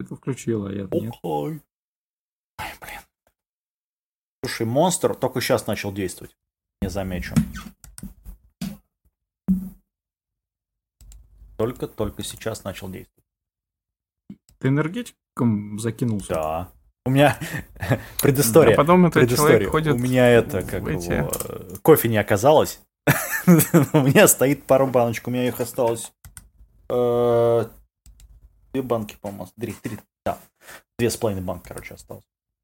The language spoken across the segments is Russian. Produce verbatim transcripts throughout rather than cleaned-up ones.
включила, я нет. Ой, блин. Слушай, монстр только сейчас начал действовать. Не замечу. Только-только сейчас начал действовать. Ты энергетиком закинулся? Да. У меня предыстория. А потом этот человек ходит... У меня это, как его... Кофе не оказалось. У меня стоит пару баночек. У меня их осталось... Две банки, по-моему. Три, три, да. Две с половиной банки, короче, осталось.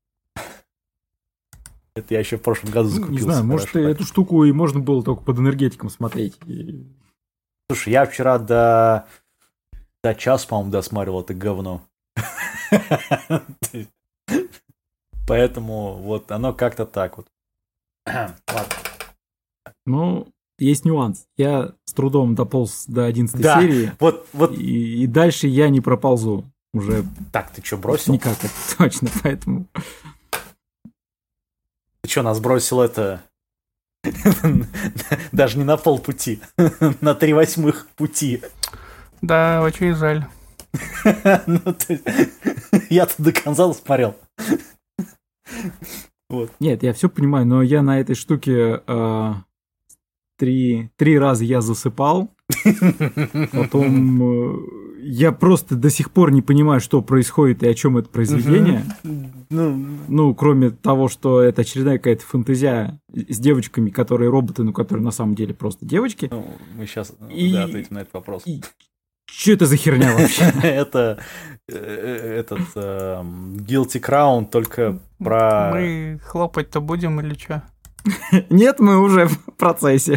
Это я еще в прошлом году закупился. Не знаю, может, эту штуку и можно было только под энергетиком смотреть. Слушай, я вчера до... До часа, по-моему, досматривал это говно. Поэтому вот оно как-то так вот. Ладно. Ну, есть нюанс. Я с трудом дополз до одиннадцатой да, серии. Вот, вот. И, и дальше я не проползу. Уже. Так, ты что, бросил? Никак, это точно, поэтому. Ты что, нас бросил это... Даже не на полпути. На три восьмых пути. Да, очень жаль. Я-то до конца досмотрел. Вот. Нет, я все понимаю, но я на этой штуке э, три, три раза я засыпал. Потом э, я просто до сих пор не понимаю, что происходит и о чем это произведение. Ну, ну, кроме того, что это очередная какая-то фантазия с девочками, которые роботы, но которые на самом деле просто девочки. Ну, мы сейчас и... да, ответим на этот вопрос. И... Что это за херня вообще? Это этот Guilty Crown только про... Мы хлопать-то будем или что? Нет, мы уже в процессе.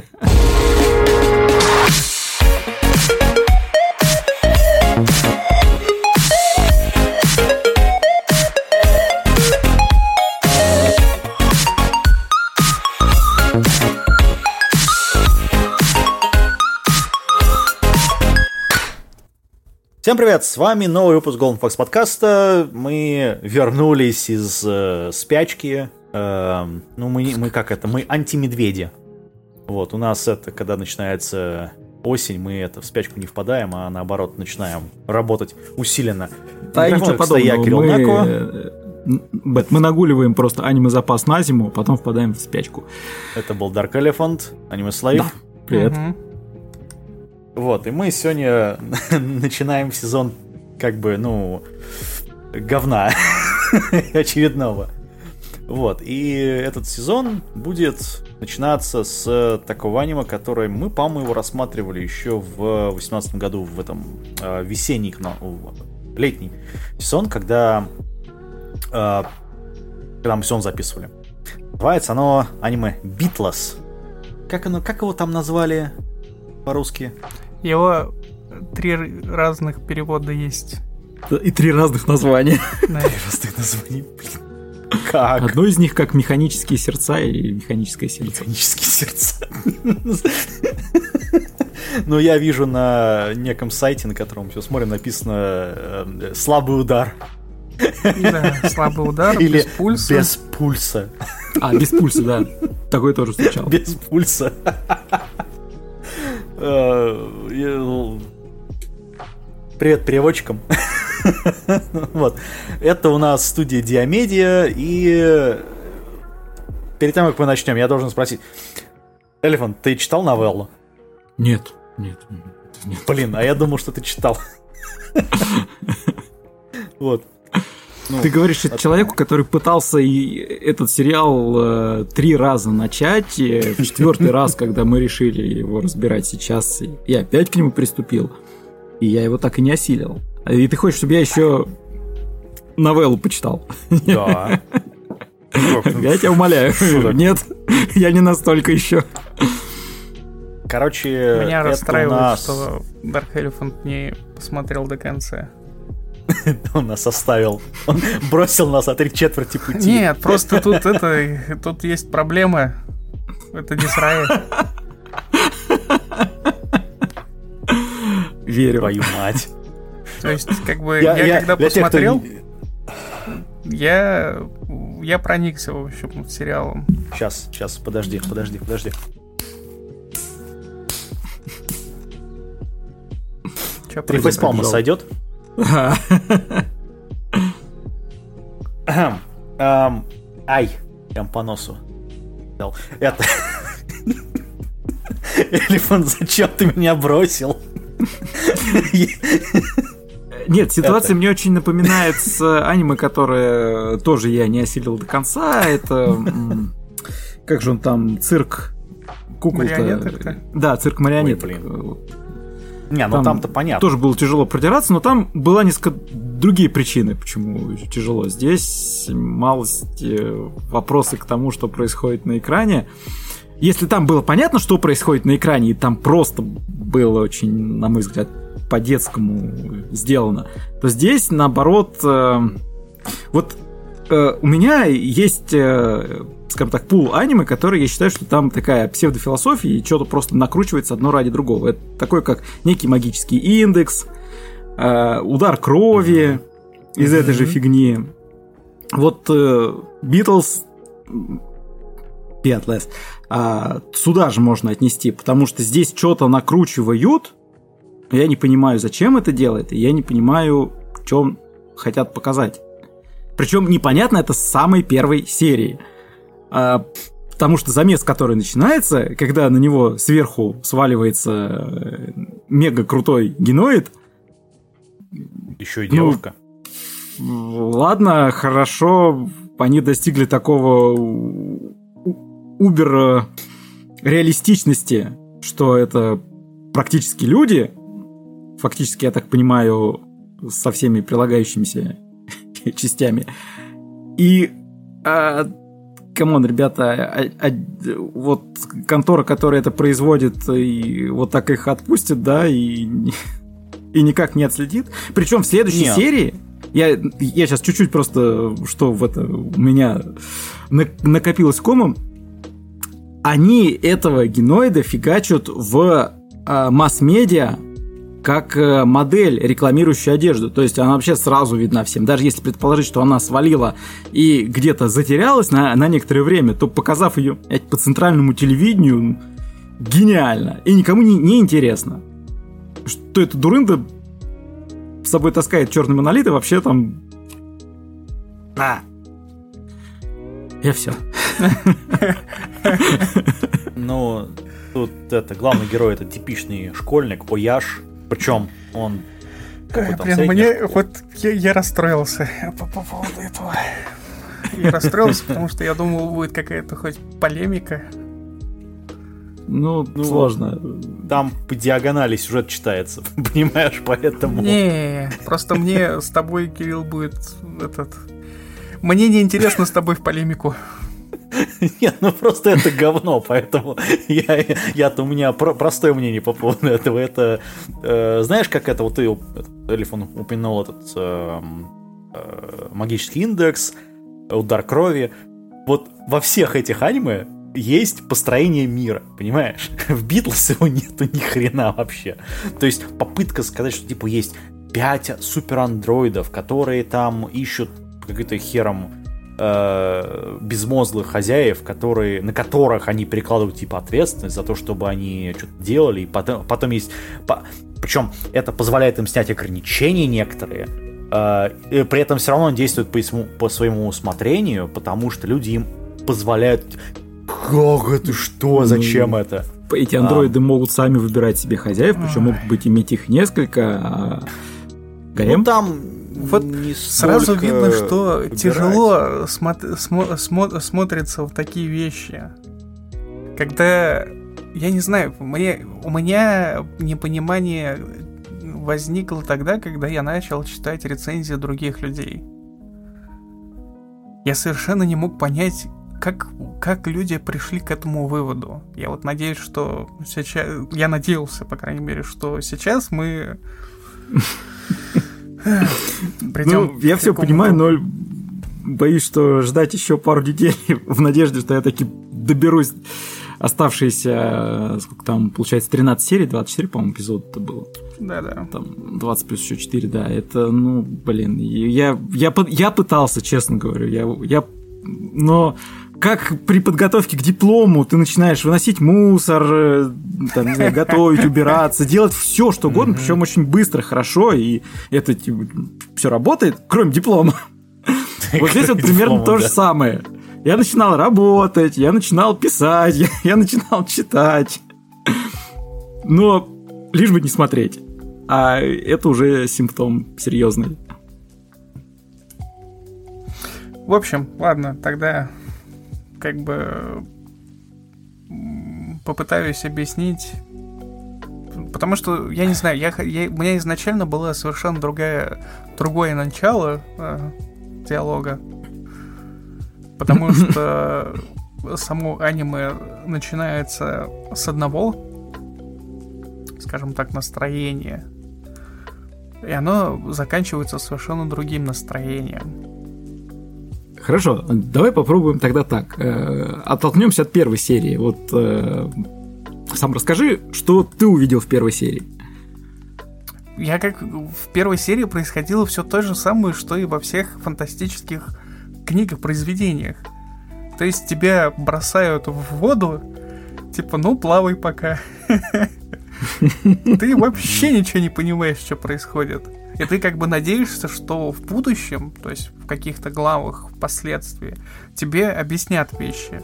Всем привет, с вами новый выпуск Golden Fox подкаста. Мы вернулись из э, спячки. Э, ну, мы, мы как это, мы антимедведи. Вот, у нас это, когда начинается осень, мы это в спячку не впадаем, а наоборот начинаем работать усиленно. Да, ничего подобного. Я, Кирилл мы... Накова. Мы нагуливаем просто аниме-запас на зиму, потом впадаем в спячку. Это был Dark Elephant, аниме Слайв. Да, привет. Угу. Вот, и мы сегодня начинаем сезон, как бы, ну, говна очередного. Вот, и этот сезон будет начинаться с такого аниме, которое мы, по-моему, его рассматривали еще в восемнадцатом году, в этом э, весенний, ну, летний сезон, когда, э, когда мы сезон записывали. Называется оно аниме Beatless. Как оно, как его там назвали по-русски? Его три разных перевода есть. И три разных названия. Да. Три разных названия, блин. Как? Одно из них как механические сердца и механическое сердце. Механические сердца. Ну, я вижу на неком сайте, на котором все смотрим, написано «Слабый удар». Да, слабый удар, или без пульса. Без пульса. А, без пульса, да. Такое тоже встречал. Без пульса. Привет переводчикам. Вот. Это у нас студия Диамедиа. И перед тем, как мы начнем, я должен спросить: Элефант, ты читал новеллу? Нет, нет, нет. Блин, а я думал, что ты читал. Вот. Ну, ты говоришь это от... человеку, который пытался и этот сериал э, три раза начать, и в четвертый раз, когда мы решили его разбирать сейчас, я опять к нему приступил, и я его так и не осилил. И ты хочешь, чтобы я еще новеллу почитал? Да. Я тебя умоляю. Нет, я не настолько еще. Короче, меня расстраивает, нас... что Dark Elephant не посмотрел до конца. Он нас оставил. Он бросил нас на три четверти пути. Нет, просто тут это, тут есть проблема. Это Дисрая. Верю. Твою мать. То есть, как бы, я, я, я когда посмотрел, тех, кто... я, я проникся, в общем, сериалом. Сейчас, сейчас, подожди, подожди, подожди. Три фейспалма сойдет? Ай, прям по носу. Это... Элефант, зачем ты меня бросил? Нет, ситуация это... мне очень напоминает с аниме, которое тоже я не осилил до конца. Это... Как же он там? Цирк... Кукол-то. Да, цирк марионеток. Ой, не, ну там там-то понятно. Тоже было тяжело продираться, но там была несколько другие причины, почему тяжело. Здесь малость вопросы к тому, что происходит на экране. Если там было понятно, что происходит на экране, и там просто было очень, на мой взгляд, по-детскому сделано, то здесь, наоборот, э, вот э, у меня есть, э, скажем так, пул аниме, который я считаю, что там такая псевдофилософия, и что-то просто накручивается одно ради другого. Это такой, как некий магический индекс, э, удар крови mm-hmm. из этой mm-hmm. же фигни. Вот Beatles... Beatles... А, сюда же можно отнести, потому что здесь что-то накручивают, я не понимаю, зачем это делает, и я не понимаю, в чем хотят показать. Причем непонятно это с самой первой серии, а, потому что замес, который начинается, когда на него сверху сваливается мега крутой геноид, еще и девушка. Ну, ладно, хорошо, они достигли такого убер реалистичности, что это практически люди, фактически, я так понимаю, со всеми прилагающимися частями. И, камон, ребята, а, а, вот контора, которая это производит, и вот так их отпустит, да, и, и никак не отследит. Причем в следующей Нет. серии я, я сейчас чуть-чуть просто, что в это у меня накопилось комом, они этого геноида фигачат в э, масс-медиа как э, модель, рекламирующая одежду. То есть она вообще сразу видна всем. Даже если предположить, что она свалила и где-то затерялась на, на некоторое время, то, показав ее по центральному телевидению, гениально. И никому не, не интересно. Что эта дурында с собой таскает черный монолит и вообще там... А. Я все. Ну, тут это главный герой это типичный школьник, Ояж, причем он. Блин, мне вот я, я расстроился по, по поводу этого. Я расстроился, потому что я думал, будет какая-то хоть полемика. Ну, ну, сложно. Там по диагонали сюжет читается, понимаешь, поэтому. Не, просто мне с тобой, Кирилл, будет этот. Мне не интересно с тобой в полемику. Нет, ну просто это говно, поэтому я, я-то у меня про- простое мнение по поводу этого. Это, э, знаешь, как это, вот ты, Элифон, упомянул этот э, э, магический индекс, удар крови. Вот во всех этих аниме есть построение мира, понимаешь? В Битлз его нету ни хрена вообще. То есть попытка сказать, что типа есть пять суперандроидов, которые там ищут каким-то хером э, безмозглых хозяев, которые, на которых они перекладывают типа ответственность за то, чтобы они что-то делали, и потом, потом есть... По, причем это позволяет им снять ограничения некоторые, э, и при этом все равно он действует по, по своему усмотрению, потому что люди им позволяют... Как это? Что? Зачем ну, это? Эти андроиды а. могут сами выбирать себе хозяев, причем могут быть иметь их несколько. А... Ну там вот сразу видно, что выбирать. Тяжело смо- смо- смо- смотрится в такие вещи. Когда, я не знаю, мне, у меня непонимание возникло тогда, когда я начал читать рецензии других людей. Я совершенно не мог понять, Как, как люди пришли к этому выводу. Я вот надеюсь, что сейчас... Я надеялся, по крайней мере, что сейчас мы... Ну, я все понимаю, но боюсь, что ждать еще пару недель в надежде, что я таки доберусь оставшиеся, сколько там, получается, тринадцать серий, двадцать четыре, по-моему, эпизода-то было. Да-да. Там двадцать плюс еще четыре, да. Это, ну, блин, я, я, я пытался, честно говорю, я, я но как при подготовке к диплому ты начинаешь выносить мусор, там, не знаю, готовить, убираться, делать все, что угодно, mm-hmm. причем очень быстро, хорошо, и это типа, все работает, кроме диплома. Вот здесь вот примерно то же самое. Я начинал работать, я начинал писать, я, я начинал читать. Но лишь бы не смотреть. А это уже симптом серьезный. В общем, ладно, тогда как бы попытаюсь объяснить. Потому что, я не знаю, я, я, у меня изначально было совершенно другая, другое начало э, диалога. Потому что само аниме начинается с одного, скажем так, настроения. И оно заканчивается совершенно другим настроением. Хорошо, давай попробуем тогда так. Э, оттолкнемся от первой серии. Вот э, сам расскажи, что ты увидел в первой серии. Я как в первой серии происходило все то же самое, что и во всех фантастических книгах, произведениях. То есть тебя бросают в воду, типа, ну, плавай пока. Ты вообще ничего не понимаешь, что происходит. И ты как бы надеешься, что в будущем, то есть в каких-то главах впоследствии, тебе объяснят вещи.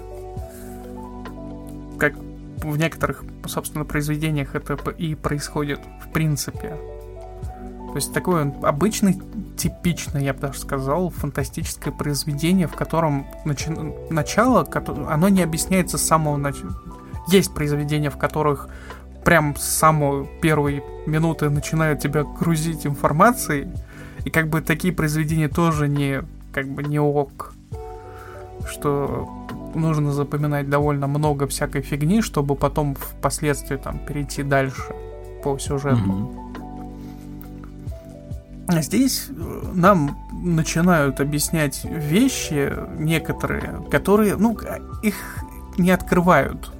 Как в некоторых, собственно, произведениях это и происходит в принципе. То есть такое обычное, типичное, я бы даже сказал, фантастическое произведение, в котором начи... начало, оно не объясняется с самого начала. Есть произведения, в которых прям с самой первой минуты начинают тебя грузить информацией, и как бы такие произведения тоже не, как бы не ок, что нужно запоминать довольно много всякой фигни, чтобы потом впоследствии там перейти дальше по сюжету. Mm-hmm. А здесь нам начинают объяснять вещи некоторые, которые, ну, их не открывают.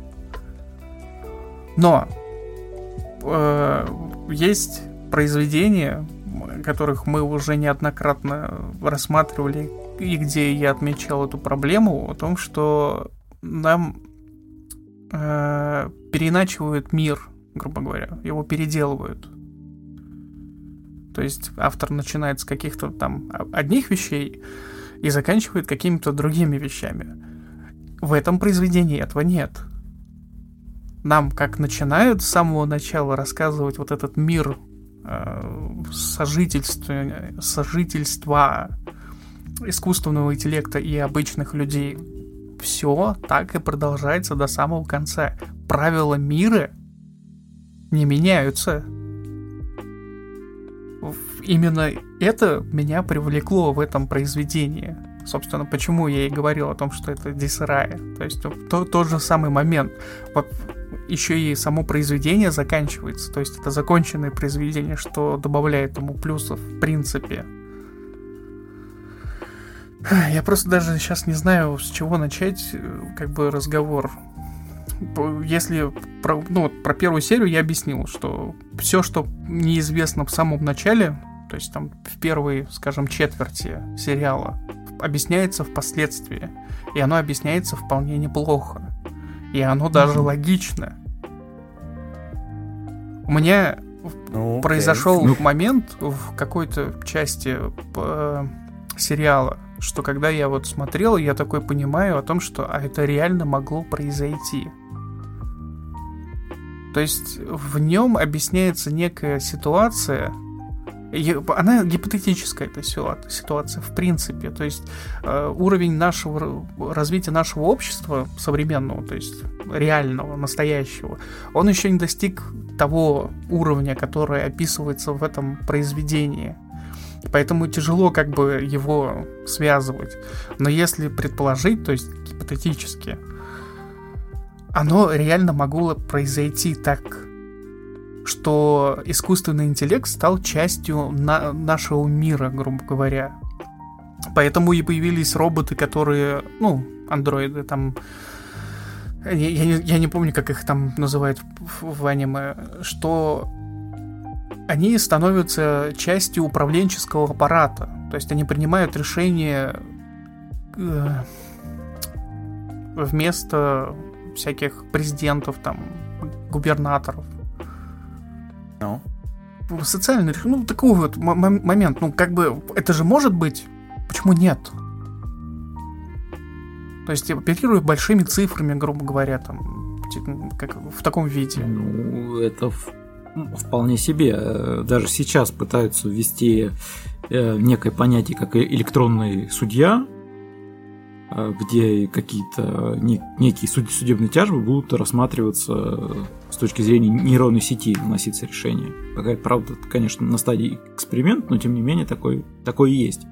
Но э, есть произведения, которых мы уже неоднократно рассматривали, и где я отмечал эту проблему, о том, что нам э, переиначивают мир, грубо говоря, его переделывают. То есть автор начинает с каких-то там одних вещей и заканчивает какими-то другими вещами. В этом произведении этого нет. Нам как начинают с самого начала рассказывать вот этот мир э, сожительства, сожительства искусственного интеллекта и обычных людей. Все так и продолжается до самого конца. Правила мира не меняются. Именно это меня привлекло в этом произведении. Собственно, почему я и говорил о том, что это диссерая. То есть то, тот же самый момент. Еще и само произведение заканчивается. То есть это законченное произведение, что добавляет ему плюсов в принципе. Я просто даже сейчас не знаю, с чего начать как бы разговор. Если про, ну, вот, про первую серию я объяснил, что все, что неизвестно в самом начале, то есть там в первой, скажем, четверти сериала, объясняется впоследствии. И оно объясняется вполне неплохо. И оно даже mm-hmm. логично. У меня okay. произошел ну... момент в какой-то части э, сериала, что когда я вот смотрел, я такой понимаю о том, что а это реально могло произойти. То есть в нем объясняется некая ситуация, она гипотетическая, эта ситуация, в принципе. То есть э, уровень нашего развития нашего общества современного, то есть реального, настоящего, он еще не достиг того уровня, который описывается в этом произведении. Поэтому тяжело как бы его связывать. Но если предположить, то есть гипотетически, оно реально могло произойти так, что искусственный интеллект стал частью на- нашего мира, грубо говоря. Поэтому и появились роботы, которые, ну, андроиды, там, я, я, не, я не помню, как их там называют в, в аниме, что они становятся частью управленческого аппарата. То есть они принимают решения э, вместо всяких президентов, там, губернаторов. Ну? Социальный, ну, такой вот м- момент. Ну, как бы, это же может быть. Почему нет? То есть оперируя большими цифрами, грубо говоря, там, как в таком виде. Ну, это в- вполне себе. Э, Даже сейчас пытаются ввести э, некое понятие, как и электронный судья, э, где какие-то не- некие суд- судебные тяжбы будут рассматриваться э, с точки зрения нейронной сети, вноситься решение. Какая, правда, конечно, на стадии эксперимент, но тем не менее такой, такое есть.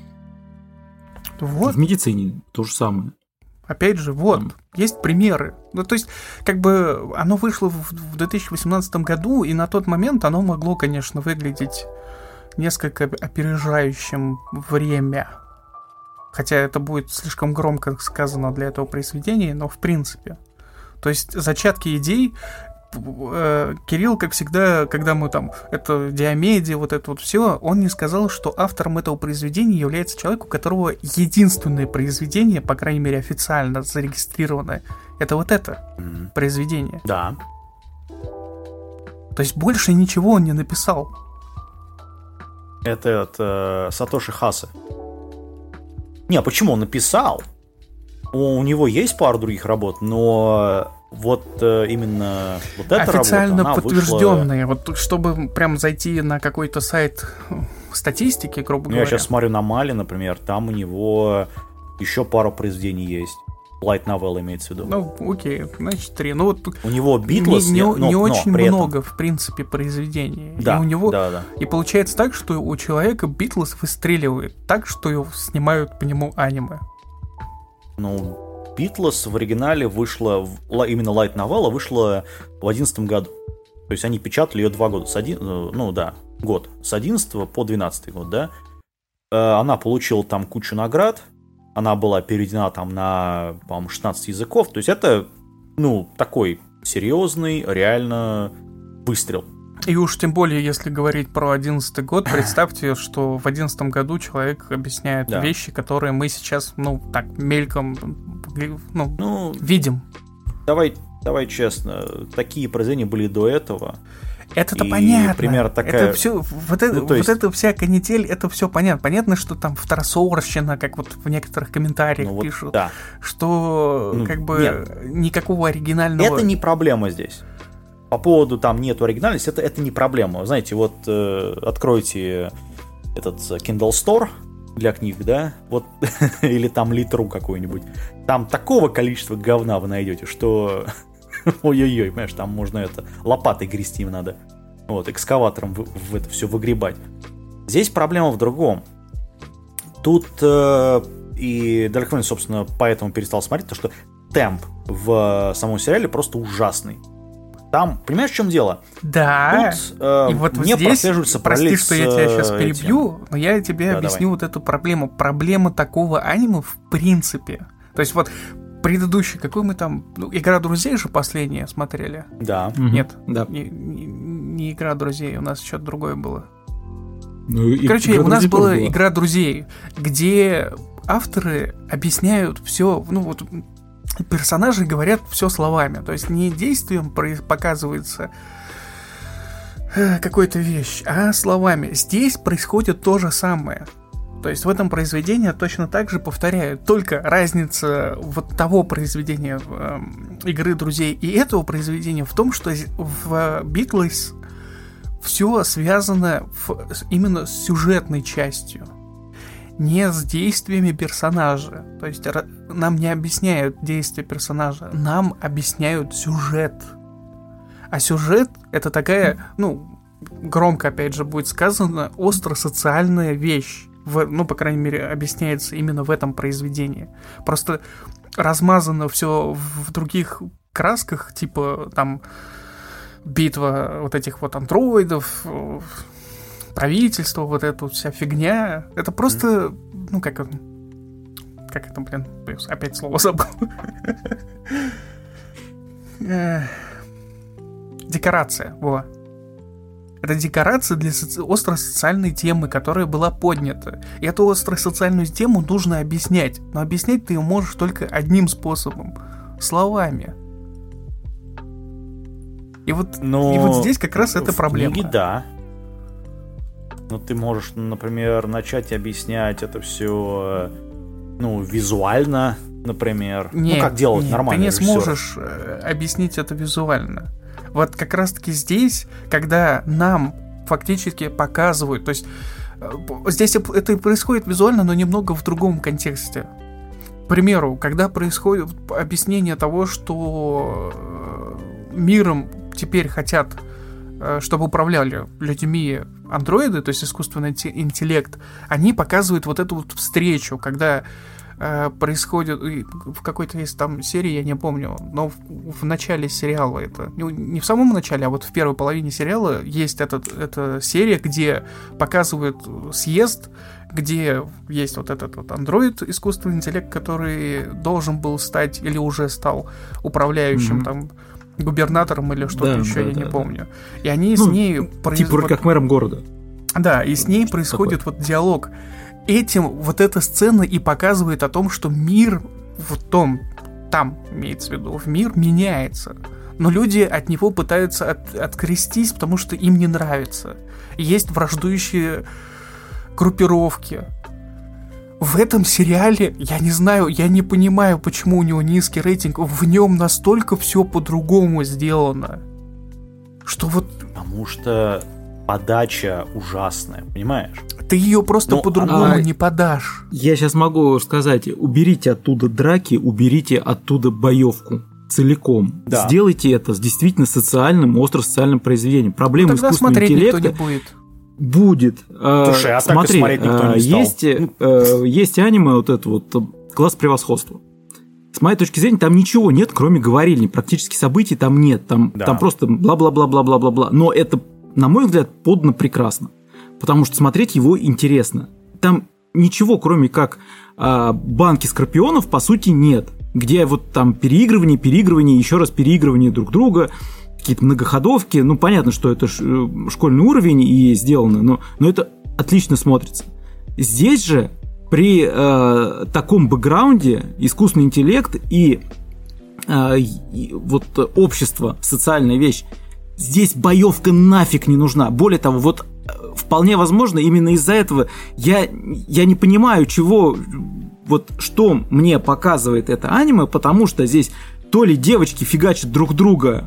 Вот. В медицине то же самое. Опять же, вот, Там. есть примеры. Ну, то есть, как бы оно вышло в в две тысячи восемнадцатом году, и на тот момент оно могло, конечно, выглядеть несколько опережающим время. Хотя это будет слишком громко сказано для этого произведения, но в принципе. То есть, зачатки идей э, Кирилл, как всегда, когда мы там, это Диомеди, вот это вот все, он не сказал, что автором этого произведения является человек, у которого единственное произведение, по крайней мере официально зарегистрированное, это вот это Мгм. произведение. Да. То есть больше ничего он не написал. Это от э, Сатоши Хасы. Не, а почему он написал? У, у него есть пару других работ, но вот э, именно вот эта Официально работа, она подтвержденные. Вот тут, чтобы прям зайти на какой-то сайт статистики, грубо вышла... Я говоря. сейчас смотрю на Мали, например, там у него еще пару произведений есть. Light novel имеется в виду. Ну, окей, значит, три. Ну, вот У него Битлз не, не- но- не но очень при этом- много, в принципе, произведений. Да, И у него да, да. и получается так, что у человека Битлз выстреливает так, что его снимают по нему аниме. Ну, Битлз в оригинале вышла, в- ла- именно Light Novella вышла в одиннадцатом году. То есть они печатали ее два года. С один, э, ну да, год. С одиннадцатого по двенадцатый год, да. Э, Она получила там кучу наград. Она была переведена там на, по-моему, шестнадцать языков. То есть это, ну, такой серьезный, реально выстрел. И уж тем более, если говорить про одиннадцатый год, представьте, что в одиннадцатом году человек объясняет Да. вещи, которые мы сейчас, ну, так, мельком, ну, Ну, видим. давай, давай честно, такие произведения были до этого. Это-то И понятно. примерно такая- Это все, вот, это, Ну, то вот есть- эта вся канитель, это все понятно. Понятно, что там второсорщина, как вот в некоторых комментариях Ну, вот, пишут, да. что Ну, как бы нет. никакого оригинального... Это не проблема здесь. По поводу там нету оригинальности, это, это не проблема. Знаете, вот э, откройте этот э, Kindle Store для книг, да, вот, или там Литру какой-нибудь. Там такого количества говна вы найдете, что ой-ой-ой, понимаешь, там можно это лопатой грести им надо. Вот, экскаватором в, в это все выгребать. Здесь проблема в другом. Тут э, и Далеквин, собственно, поэтому перестал смотреть, то что темп в самом сериале просто ужасный. Там, понимаешь, в чем дело? Да, Тут э, и вот мне здесь, прослеживается прости, параллель что с, я тебя сейчас э, перебью, но я тебе Да, объясню давай. вот эту проблему. Проблема такого аниме в принципе. То есть вот предыдущий, какой мы там... Ну, «Игра друзей» же последняя смотрели. этим. Да. Мгм. Нет. Да. Не, не- не «Игра друзей», у нас что-то другое было. Ну, и Короче, «Игра у нас друзей» была тоже была. «Игра друзей», где авторы объясняют все, ну вот персонажи говорят все словами, то есть не действием про- показывается э, какая-то вещь, а словами. Здесь происходит то же самое. То есть в этом произведении точно так же повторяют, только разница вот того произведения эм, «Игры друзей» и этого произведения в том, что в «Битлз» все связано в- с- именно с сюжетной частью, не с действиями персонажа. То есть ра- нам не объясняют действия персонажа, нам объясняют сюжет. А сюжет — это такая, ну, громко опять же будет сказано, остро-социальная вещь. В- ну, по крайней мере, объясняется именно в этом произведении. Просто размазано все в других красках, типа там битва вот этих вот андроидов, э, правительство, вот эта вот вся фигня. Это просто, ну, как он- как это, блин, опять слово забыл. Э, Декорация, во. Это декорация для соци- остро-социальной темы, которая была поднята. И эту остро-социальную тему нужно объяснять. Но объяснять ты ее можешь только одним способом. Словами. И вот, Но и вот здесь как раз это в проблема. книге, да. Но ты можешь, например, начать объяснять это все, ну, визуально, например. Нет, ну, как делать нет, нормально. Ты не сможешь объяснить это визуально. Вот как раз-таки здесь, когда нам фактически показывают, то есть здесь это происходит визуально, но немного в другом контексте. К примеру, когда происходит объяснение того, что миром теперь хотят, чтобы управляли людьми андроиды, то есть искусственный интеллект, они показывают вот эту вот встречу, когда э, происходит, в какой-то есть там серии, я не помню, но в, в начале сериала это, не, не в самом начале, а вот в первой половине сериала есть этот, эта серия, где показывают съезд, где есть вот этот вот андроид, искусственный интеллект, который должен был стать или уже стал управляющим mm-hmm. там губернатором или что-то да, еще, да, я да, не да. помню. И они ну, с ней... Типа вот, как мэром города. Да, и с ней что происходит такое? Вот диалог. Этим вот эта сцена и показывает о том, что мир в том, там имеется в виду, в мир меняется. Но люди от него пытаются от, открестись, потому что им не нравится. И есть враждующие группировки. В этом сериале, я не знаю, я не понимаю, почему у него низкий рейтинг. В нем настолько все по-другому сделано, что вот... Потому что подача ужасная, понимаешь? Ты ее просто ну, по-другому а... не подашь. Я сейчас могу сказать, уберите оттуда драки, уберите оттуда боевку целиком. Да. Сделайте это с действительно социальным, остро социальным произведением. Проблема ну, искусственного интеллекта... никто не будет. Будет. Слушай, а смотри, так и смотреть никто не стал. Есть, есть аниме, вот это вот «Класс превосходства». С моей точки зрения, там ничего нет, кроме говорильни. Практически событий там нет. Там, да. там просто бла-бла-бла-бла-бла-бла-бла. Но это, на мой взгляд, подано прекрасно. Потому что смотреть его интересно. Там ничего, кроме как а, банки скорпионов, по сути, нет. Где вот там переигрывание, переигрывание, еще раз переигрывание друг друга, какие-то многоходовки. Ну, понятно, что это школьный уровень и сделано, но, но это отлично смотрится. Здесь же при э, таком бэкграунде искусственный интеллект и, э, и вот общество, социальная вещь, здесь боевка нафиг не нужна. Более того, вот вполне возможно, именно из-за этого я, я не понимаю, чего, вот что мне показывает это аниме, потому что здесь то ли девочки фигачат друг друга,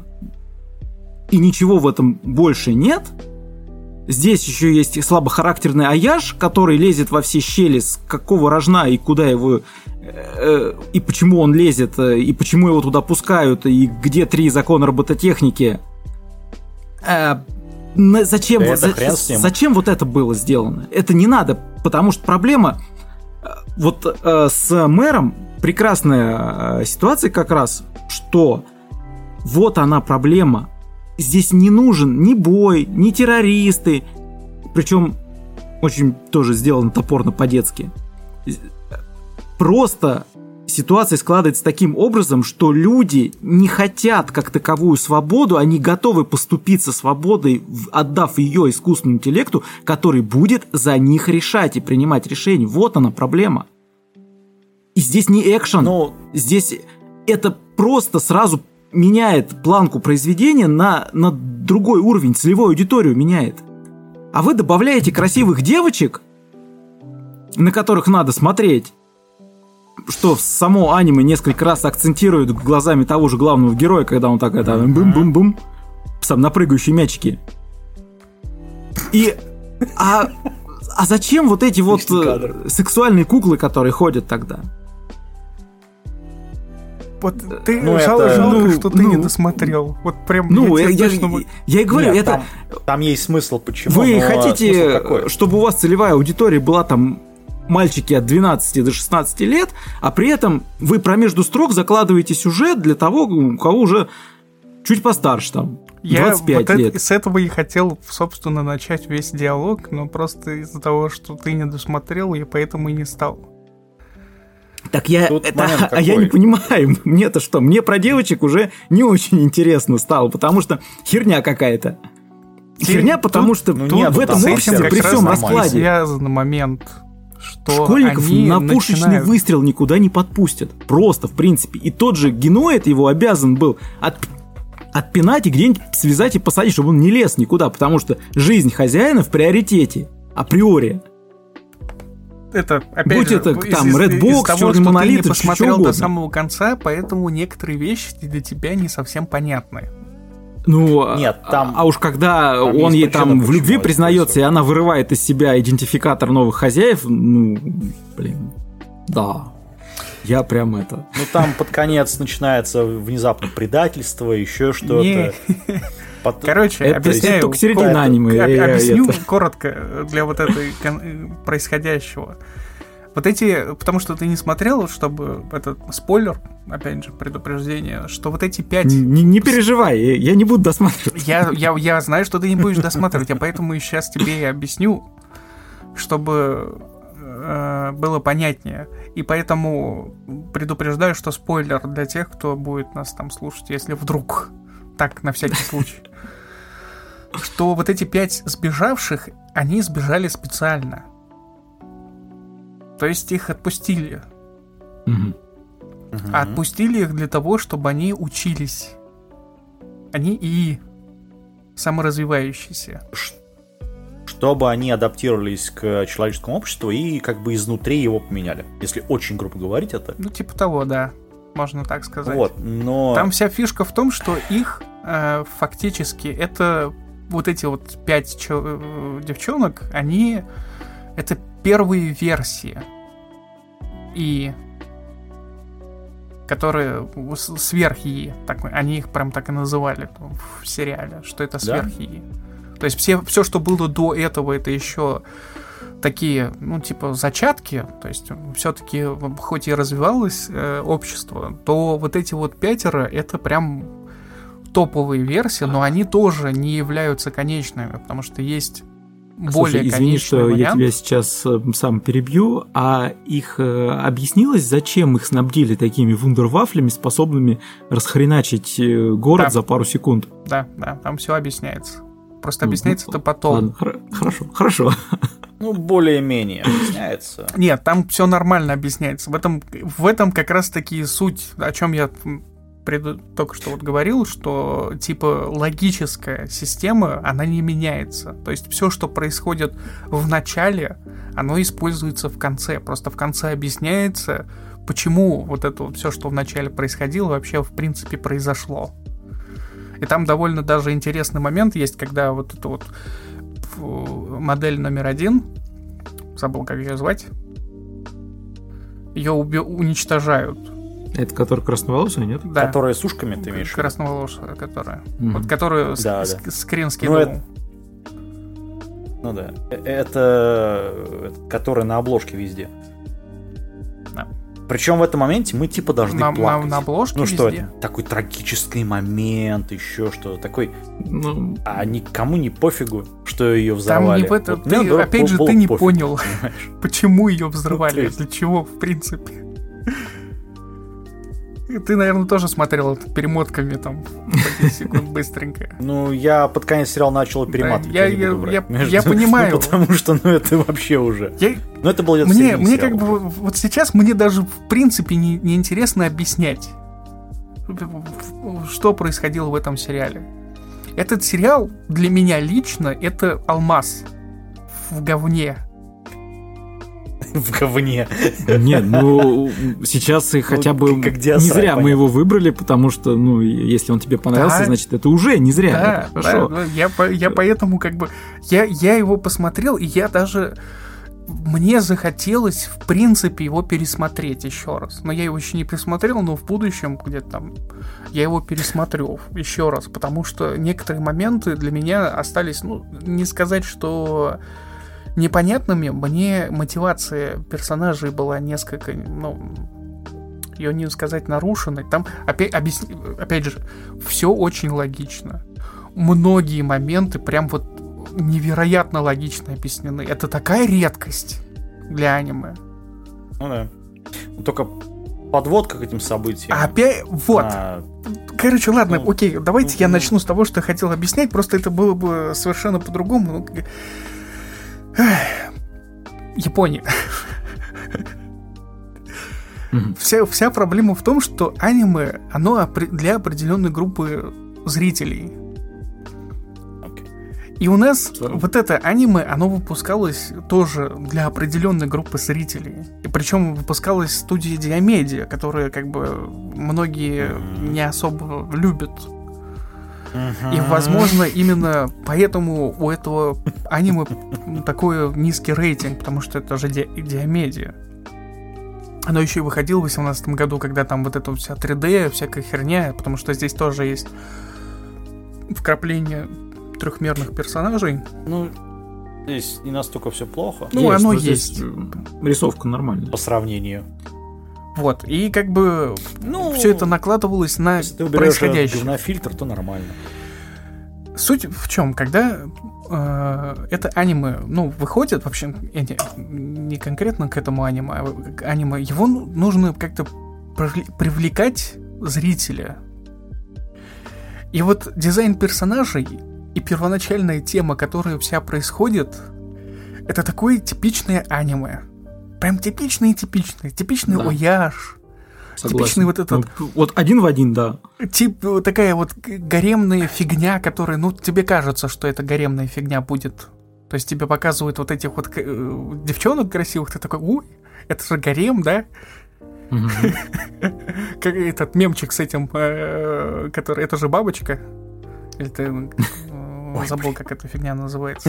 и ничего в этом больше нет. Здесь еще есть слабохарактерный Аяш, который лезет во все щели, с какого рожна и куда его... Э, и почему он лезет, и почему его туда пускают, и где три закона робототехники. Э, зачем, да за, зачем вот это было сделано? Это не надо, потому что проблема... Вот э, с мэром прекрасная э, ситуация как раз, что вот она проблема. Здесь не нужен ни бой, ни террористы. Причем очень тоже сделано топорно по-детски. Просто ситуация складывается таким образом, что люди не хотят как таковую свободу, они готовы поступиться свободой, отдав ее искусственному интеллекту, который будет за них решать и принимать решения. Вот она проблема. И здесь не экшен, Но... здесь это просто сразу меняет планку произведения на, на другой уровень, целевую аудиторию меняет. А вы добавляете красивых девочек, на которых надо смотреть, что в само аниме несколько раз акцентирует глазами того же главного героя, когда он так это бум-бум-бум, сам на прыгающие мячики. И... А, а зачем вот эти вот сексуальные куклы, которые ходят тогда? Вот ты ну, жалко, это... жалко, что ты ну, не досмотрел. Вот прям ну, я, я, я, я и говорю, Нет, это... Там, там есть смысл, почему. Вы хотите, чтобы у вас целевая аудитория была там мальчики от двенадцати до шестнадцати лет, а при этом вы промежду строк закладываете сюжет для того, у кого уже чуть постарше, там, двадцать пять я вот лет. Это, с этого и хотел, собственно, начать весь диалог, но просто из-за того, что ты не досмотрел, я поэтому и не стал. Так я, это, а я не понимаю, мне-то что, мне про девочек уже не очень интересно стало, потому что херня какая-то. Херня, потому тут, что ну, нет, в этом обществе при всем раскладе связан момент, что школьников они на пушечный начинают... выстрел никуда не подпустят. Просто, в принципе. И тот же геноид его обязан был от... отпинать и где-нибудь связать и посадить, чтобы он не лез никуда, потому что жизнь хозяина в приоритете, априори. это, опять Будь же, это из- там из- Red из Box, того, Черный что Монолит, ты не и всё посмотрел угодно. до самого конца, поэтому некоторые вещи для тебя не совсем понятны. Ну, Нет, а- там- а уж когда там он есть ей причина, там в почему любви это признается, и происходит. она вырывает из себя идентификатор новых хозяев, ну, блин, да. Я прям это... Ну, там под конец начинается внезапно предательство, еще что-то. Не. Потом- Короче, Это- объясняю. это только середина коротко- аниме, об- я- я Объясню это- коротко для вот этой кон- э, происходящего. Вот эти, потому что ты не смотрел, чтобы этот спойлер, опять же, предупреждение, что вот эти пять... Не, не переживай, я я не буду досматривать. Я, я, я знаю, что ты не будешь досматривать, а поэтому сейчас тебе и объясню, чтобы э, было понятнее. И поэтому предупреждаю, что спойлер для тех, кто будет нас там слушать, если вдруг, так, на всякий случай. Что вот эти пять сбежавших, они сбежали специально. То есть их отпустили. Мгм. Мгм. А отпустили их для того, чтобы они учились. Они и саморазвивающиеся. Чтобы они адаптировались к человеческому обществу и как бы изнутри его поменяли. Если очень грубо говорить это. Ну, типа того, да. Можно так сказать. Вот, но... Там вся фишка в том, что их э, фактически это вот эти вот пять чел- э, девчонок, они это первые версии. И которые с- сверх-И, так, они их прям так и называли в сериале, что это Да? сверх-И. То есть все, все, что было до этого, это еще такие, ну, типа, зачатки, то есть все-таки, хоть и развивалось э, общество, то вот эти вот пятеро, это прям топовые версии, но они тоже не являются конечными, потому что есть более Слушай, извини, конечный что я вариант. тебя сейчас э, сам перебью, а их э, объяснилось, зачем их снабдили такими вундервафлями, способными расхреначить э, город Да. за пару секунд? Да, да, там все объясняется. Просто Ну, объясняется это потом. Ладно, хор- хорошо, хорошо. Ну, более-менее объясняется. Нет, там все нормально объясняется. В этом, в этом как раз-таки суть, о чем я преду- только что вот говорил, что типа логическая система, она не меняется. То есть все, что происходит в начале, оно используется в конце. Просто в конце объясняется, почему вот это вот все, что в начале происходило, вообще в принципе произошло. И там довольно даже интересный момент есть, когда вот эта вот фу, модель номер один, забыл, как ее звать, ее уби- уничтожают. Это который красноволосый, нет? Да, Которые с ушками ты имеешь в виду? красноволосая, которая. Мгм. Вот которую Да, с- да. с- скрин Ну, скинул. это- Ну да. Э- Это... это который на обложке везде. Да. Причем в этом моменте мы типа должны на, на- плакать. на обложке Ну что везде. это? Такой трагический момент, еще что-то. Такой... Ну, А никому не пофигу, что ее Там взорвали. не в это, Вот ты, мне было- опять же, было ты не пофиг, понял, понимаешь? почему ее взрывали, Ну, то есть- для чего, в принципе. Ты, наверное, тоже смотрел это перемотками там по десять секунд быстренько. Ну, я под конец сериала начал перематывать. я- не я- буду врать. я- Между- я понимаю. Ну, потому что, ну, это вообще уже... Я, Ну, это было где-то в мне, середине мне сериала. как бы вот сейчас мне даже в принципе не, не интересно объяснять, что происходило в этом сериале. Этот сериал для меня лично это алмаз в говне. В говне. нет, ну сейчас и хотя бы как- как не диасрай, зря мы понятно. его выбрали, потому что, ну, если он тебе понравился, Да. значит, это уже не зря. Да, это хорошо. да, да, я, по- я поэтому как бы я, я его посмотрел, и я даже мне захотелось в принципе его пересмотреть еще раз. Но я его еще не пересмотрел, но в будущем где-то там я его пересмотрю еще раз, потому что некоторые моменты для меня остались, ну, не сказать, что непонятными. Мне мотивация персонажей была несколько, ну, ее не сказать нарушенной. Там опять, объясни- опять же, все очень логично. Многие моменты прям вот невероятно логично объяснены. Это такая редкость для аниме. Ну да. Только подводка к этим событиям. А опять, вот. А, Короче, ладно, ну, окей, давайте ну, я ну. начну с того, что я хотел объяснять, просто это было бы совершенно по-другому. Ну, как- Эх. Япония. Мгм. Вся, вся проблема в том, что аниме, оно опре- для определенной группы зрителей. окей. И у нас да. вот это аниме, оно выпускалось тоже для определенной группы зрителей. И причем выпускалось в студии Диамедиа, которые как бы многие не особо любят. И, возможно, именно поэтому у этого аниме такой низкий рейтинг, потому что это же Ди- Диамедиа. Оно еще и выходило в две тысячи восемнадцатом году, когда там вот эта вся три дэ, всякая херня, потому что здесь тоже есть вкрапление трехмерных персонажей. Ну, здесь не настолько все плохо. Ну, есть, оно есть. Рисовка нормальная. По сравнению. Вот, и как бы ну, все это накладывалось на если ты происходящее. Если ты фильтр, то нормально. Суть в чем, когда э, это аниме, ну, выходит, вообще, не, не конкретно к этому аниме, а к аниме, его нужно как-то привлекать зрителя. И вот дизайн персонажей и первоначальная тема, которая вся происходит, это такое типичное аниме. Прям типичный-типичный. Типичный да. Ояж. Согласен. Типичный вот этот... Ну, вот один в один, да. Тип, такая вот гаремная фигня, которая, ну, тебе кажется, что это гаремная фигня будет. То есть тебе показывают вот этих вот э, девчонок красивых, ты такой, ой, это же гарем, да? Как этот мемчик с этим, который... Это же бабочка? Или ты забыл, как эта фигня называется?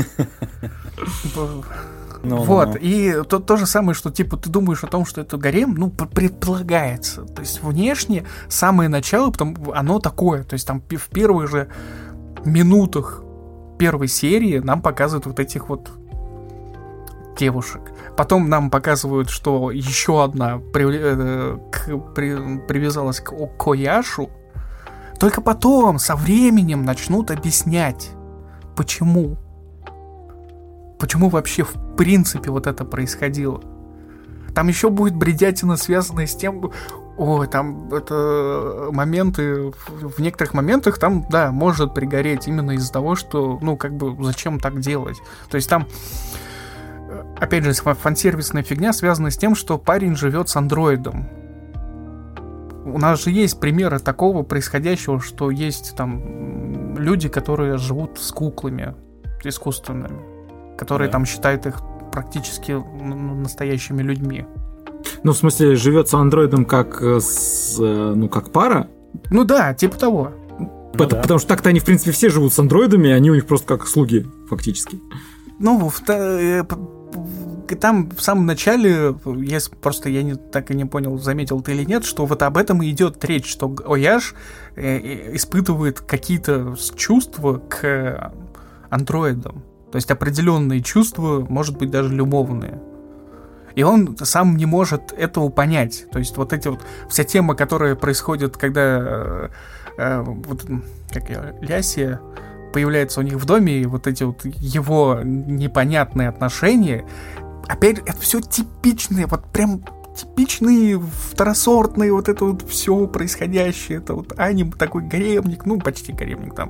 No, вот, no, no. И то, то же самое, что типа ты думаешь о том, что это гарем, ну, предполагается. То есть внешне самое начало, потом оно такое. То есть там в первых же минутах первой серии нам показывают вот этих вот девушек. Потом нам показывают, что еще одна при, э, к, при, привязалась к, к Ояшу. Только потом, со временем, начнут объяснять, почему. Почему вообще в принципе вот это происходило. Там еще будет бредятина, связанная с тем... Ой, там это моменты... В некоторых моментах там, да, может пригореть именно из-за того, что, ну, как бы, зачем так делать? То есть там, опять же, фан-сервисная фигня связана с тем, что парень живет с андроидом. У нас же есть примеры такого происходящего, что есть там люди, которые живут с куклами искусственными, которые да. там считают их практически настоящими людьми. Ну, в смысле, живет с андроидом как с, ну, как пара? Ну да, типа того. Ну, По- да. Потому что так-то они, в принципе, все живут с андроидами, они у них просто как слуги, фактически. Ну, в, там в самом начале, если просто я не, так и не понял, заметил ты или нет, что вот об этом и идет речь, что Ояж э, испытывает какие-то чувства к андроидам. То есть определенные чувства, может быть, даже любовные. И он сам не может этого понять. То есть вот эти вот... Вся тема, которая происходит, когда... Э, э, вот, как я, Лясия появляется у них в доме, и вот эти вот его непонятные отношения... Опять, это все типичные, вот прям типичные, второсортные, вот это вот все происходящее. Это вот аниме, такой гаремник, ну, почти гаремник там.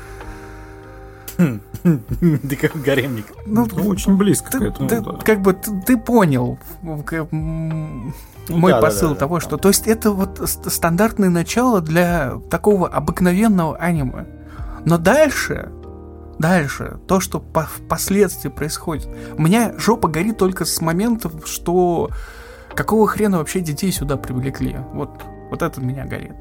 Да как гаремник. Ну, очень близко к этому. Ты, да. Как бы ты, ты понял мой да, посыл да, да, того, да, что... Да. То есть это вот стандартное начало для такого обыкновенного аниме. Но дальше... Дальше, то, что по- впоследствии происходит. У меня жопа горит только с моментов, что... Какого хрена вообще детей сюда привлекли? Вот, вот это меня горит.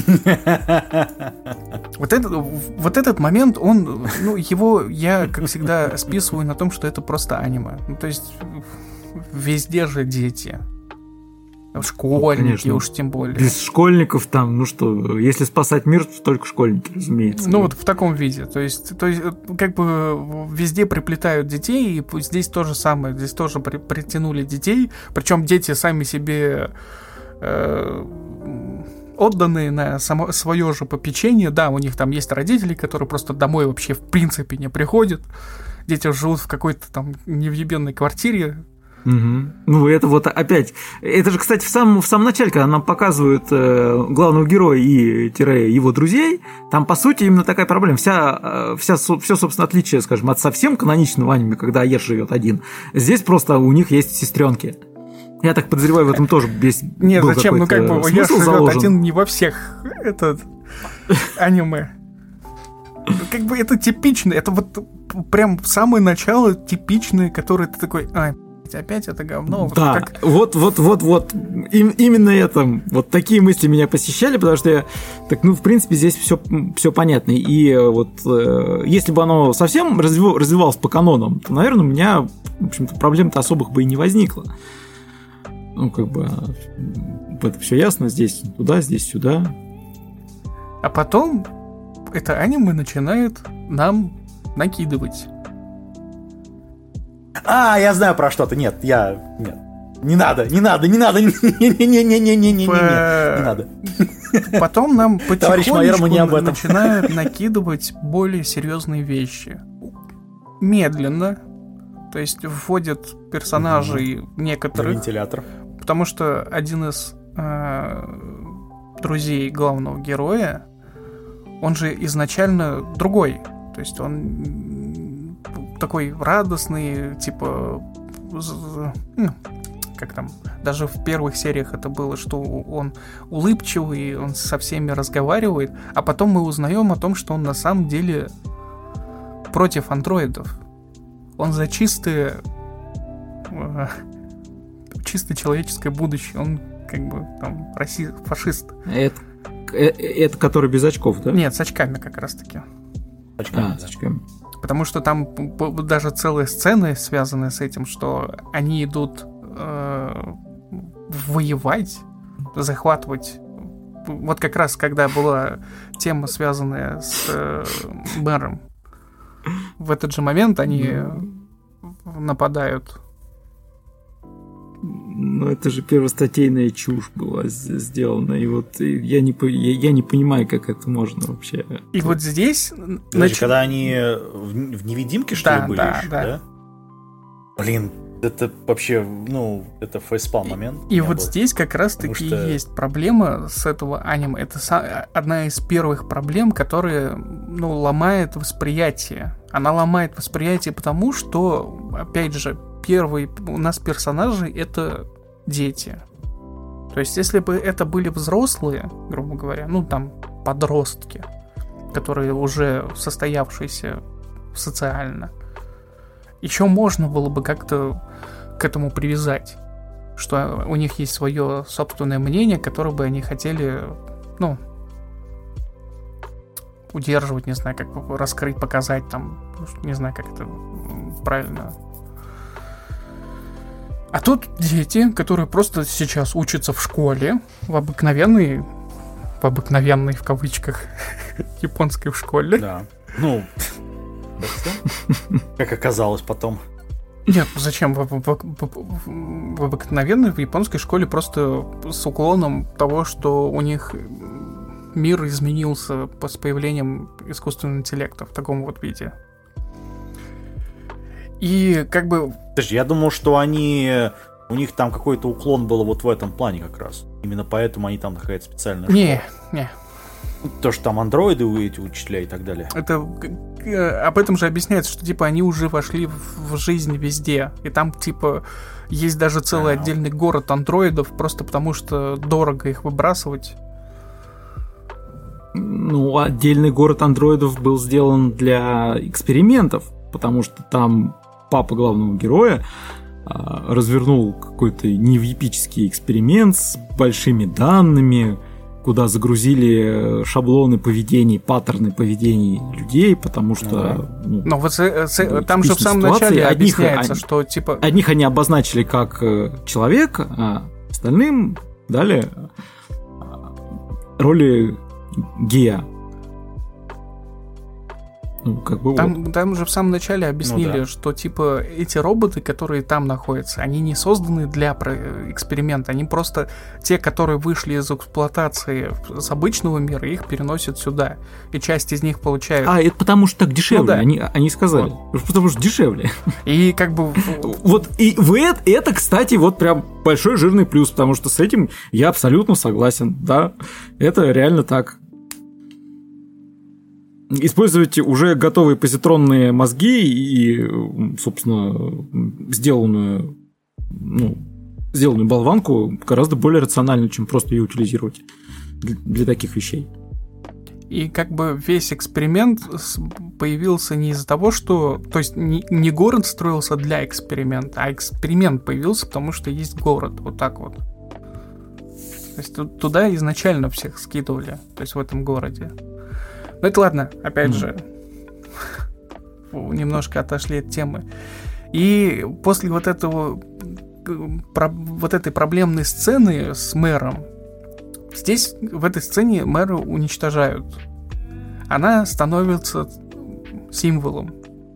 Вот этот, вот этот момент, он, ну, его я, как всегда, списываю на том, что это просто аниме. Ну, то есть, везде же дети. Школьники, ну, уж тем более. Без школьников там, ну что, если спасать мир, то только школьники, разумеется. Ну, вот в таком виде. То есть, то есть, как бы везде приплетают детей, и здесь то же самое. Здесь тоже при, притянули детей. Причем дети сами себе... Э, отданные на само, свое же попечение. Да, у них там есть родители, которые просто домой вообще в принципе не приходят. Дети живут в какой-то там невъебенной квартире. Угу. Ну, это вот опять... Это же, кстати, в самом, в самом начале, когда нам показывают э, главного героя и тире, его друзей, там, по сути, именно такая проблема. Вся, вся, все, собственно, отличие, скажем, от совсем каноничного аниме, когда Ояж живет один. Здесь просто у них есть сестренки. Я так подозреваю, в этом тоже есть. Нет, зачем? Ну как бы Ояж живет один не во всех этот аниме. как бы это типично, это вот прям самое начало типичное, которое ты такой, ай, опять это говно. Да, вот, как... вот, вот, вот, вот, Им, именно это, вот такие мысли меня посещали, потому что я, так, ну, в принципе, здесь все, все понятно. И вот э, если бы оно совсем развив, развивалось по канонам, то, наверное, у меня, в общем-то, проблем-то особых бы и не возникло. Ну, как бы, это все ясно, здесь туда, здесь сюда. А потом это аниме начинает нам накидывать. А, я знаю про что-то. Нет, я... Нет. Не надо, не надо, не надо, не-не-не-не-не-не-не-не, не надо. Потом нам потихонечку не об этом. начинают накидывать более серьезные вещи. Медленно. То есть вводят персонажей некоторых. Вентилятор. Потому что один из э, друзей главного героя, он же изначально другой. То есть он такой радостный, типа... Ну, как там, даже в первых сериях это было, что он улыбчивый, он со всеми разговаривает, а потом мы узнаем о том, что он на самом деле против андроидов. Он за чистое, э, чисто человеческое будущее. Он как бы там расист, фашист. Это, это который без очков, да? Нет, с очками как раз-таки. А, с очками. Потому что там даже целые сцены связаны с этим, что они идут э, воевать, захватывать. Вот как раз когда была тема, связанная с э, мэром, в этот же момент они нападают. Ну, это же первостатейная чушь была сделана, и вот я не, я, я не понимаю, как это можно вообще. И вот здесь... Значит, нач... когда они в, в невидимке, что да, ли, были да, еще, да. да? Блин, это вообще, ну, это фейспалм момент. И, и вот был. Здесь как раз-таки что... есть проблема с этого аниме. Это са- одна из первых проблем, которая, ну, ломает восприятие. Она ломает восприятие потому, что, опять же, первые у нас персонажи — это дети. То есть, если бы это были взрослые, грубо говоря, ну, там, подростки, которые уже состоявшиеся социально, еще можно было бы как-то к этому привязать, что у них есть свое собственное мнение, которое бы они хотели, ну, удерживать, не знаю, как бы раскрыть, показать, там, не знаю, как это правильно. А тут дети, которые просто сейчас учатся в школе, в обыкновенной, в обыкновенной, в кавычках, японской в школе. Да, ну, как оказалось потом. Нет, зачем? В, в, в, в обыкновенной, в японской школе просто с уклоном того, что у них мир изменился с появлением искусственного интеллекта в таком вот виде. И как бы... Подожди, я думал, что они... У них там какой-то уклон был вот в этом плане как раз. Именно поэтому они там находятся специально. Не, не. То, что там андроиды у эти учителя и так далее. Это... Об этом же объясняется, что типа они уже вошли в жизнь везде. И там типа есть даже целый А-а-а. отдельный город андроидов, просто потому что дорого их выбрасывать. Ну, отдельный город андроидов был сделан для экспериментов, потому что там папа главного героя а, развернул какой-то невъепический эксперимент с большими данными, куда загрузили шаблоны поведений, паттерны поведений людей, потому что... Ну, ну вот с, с, там же в самом начале одних, объясняется, они, что типа... Одних они обозначили как человек, а остальным дали роли гея. Ну, как бы там, вот. Там же в самом начале объяснили, ну, да. что типа эти роботы, которые там находятся, они не созданы для эксперимента, они просто те, которые вышли из эксплуатации с обычного мира, их переносят сюда, и часть из них получают. А, это потому что так дешевле, ну, да. они, они сказали. Вот. Потому что дешевле. И как бы... Вот, и в это, это, кстати, вот прям большой жирный плюс, потому что с этим я абсолютно согласен, да, это реально так. Использовать уже готовые позитронные мозги и, собственно, сделанную, ну, сделанную болванку гораздо более рационально, чем просто ее утилизировать для, для таких вещей. И как бы весь эксперимент появился не из-за того, что... То есть не, не город строился для эксперимента, а эксперимент появился, потому что есть город. Вот так вот. То есть туда изначально всех скидывали. То есть в этом городе. Ну это ладно, опять mm. же. Немножко отошли от темы. И после вот этого... Про, вот этой проблемной сцены с мэром, здесь, в этой сцене, мэра уничтожают. Она становится символом.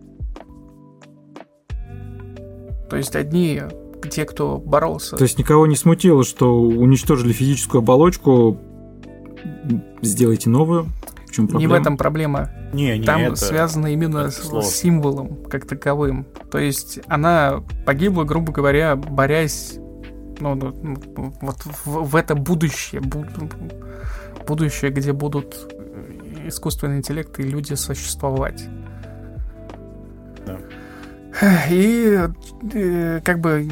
То есть одни, те, кто боролся... То есть никого не смутило, что уничтожили физическую оболочку, сделайте новую? В чем проблема? Не в этом проблема. Не, не, Там это, связано именно с, с символом как таковым. То есть она погибла, грубо говоря, борясь ну, ну, вот в, в это будущее, будущее, где будут искусственный интеллект и люди существовать. Да. И, и как бы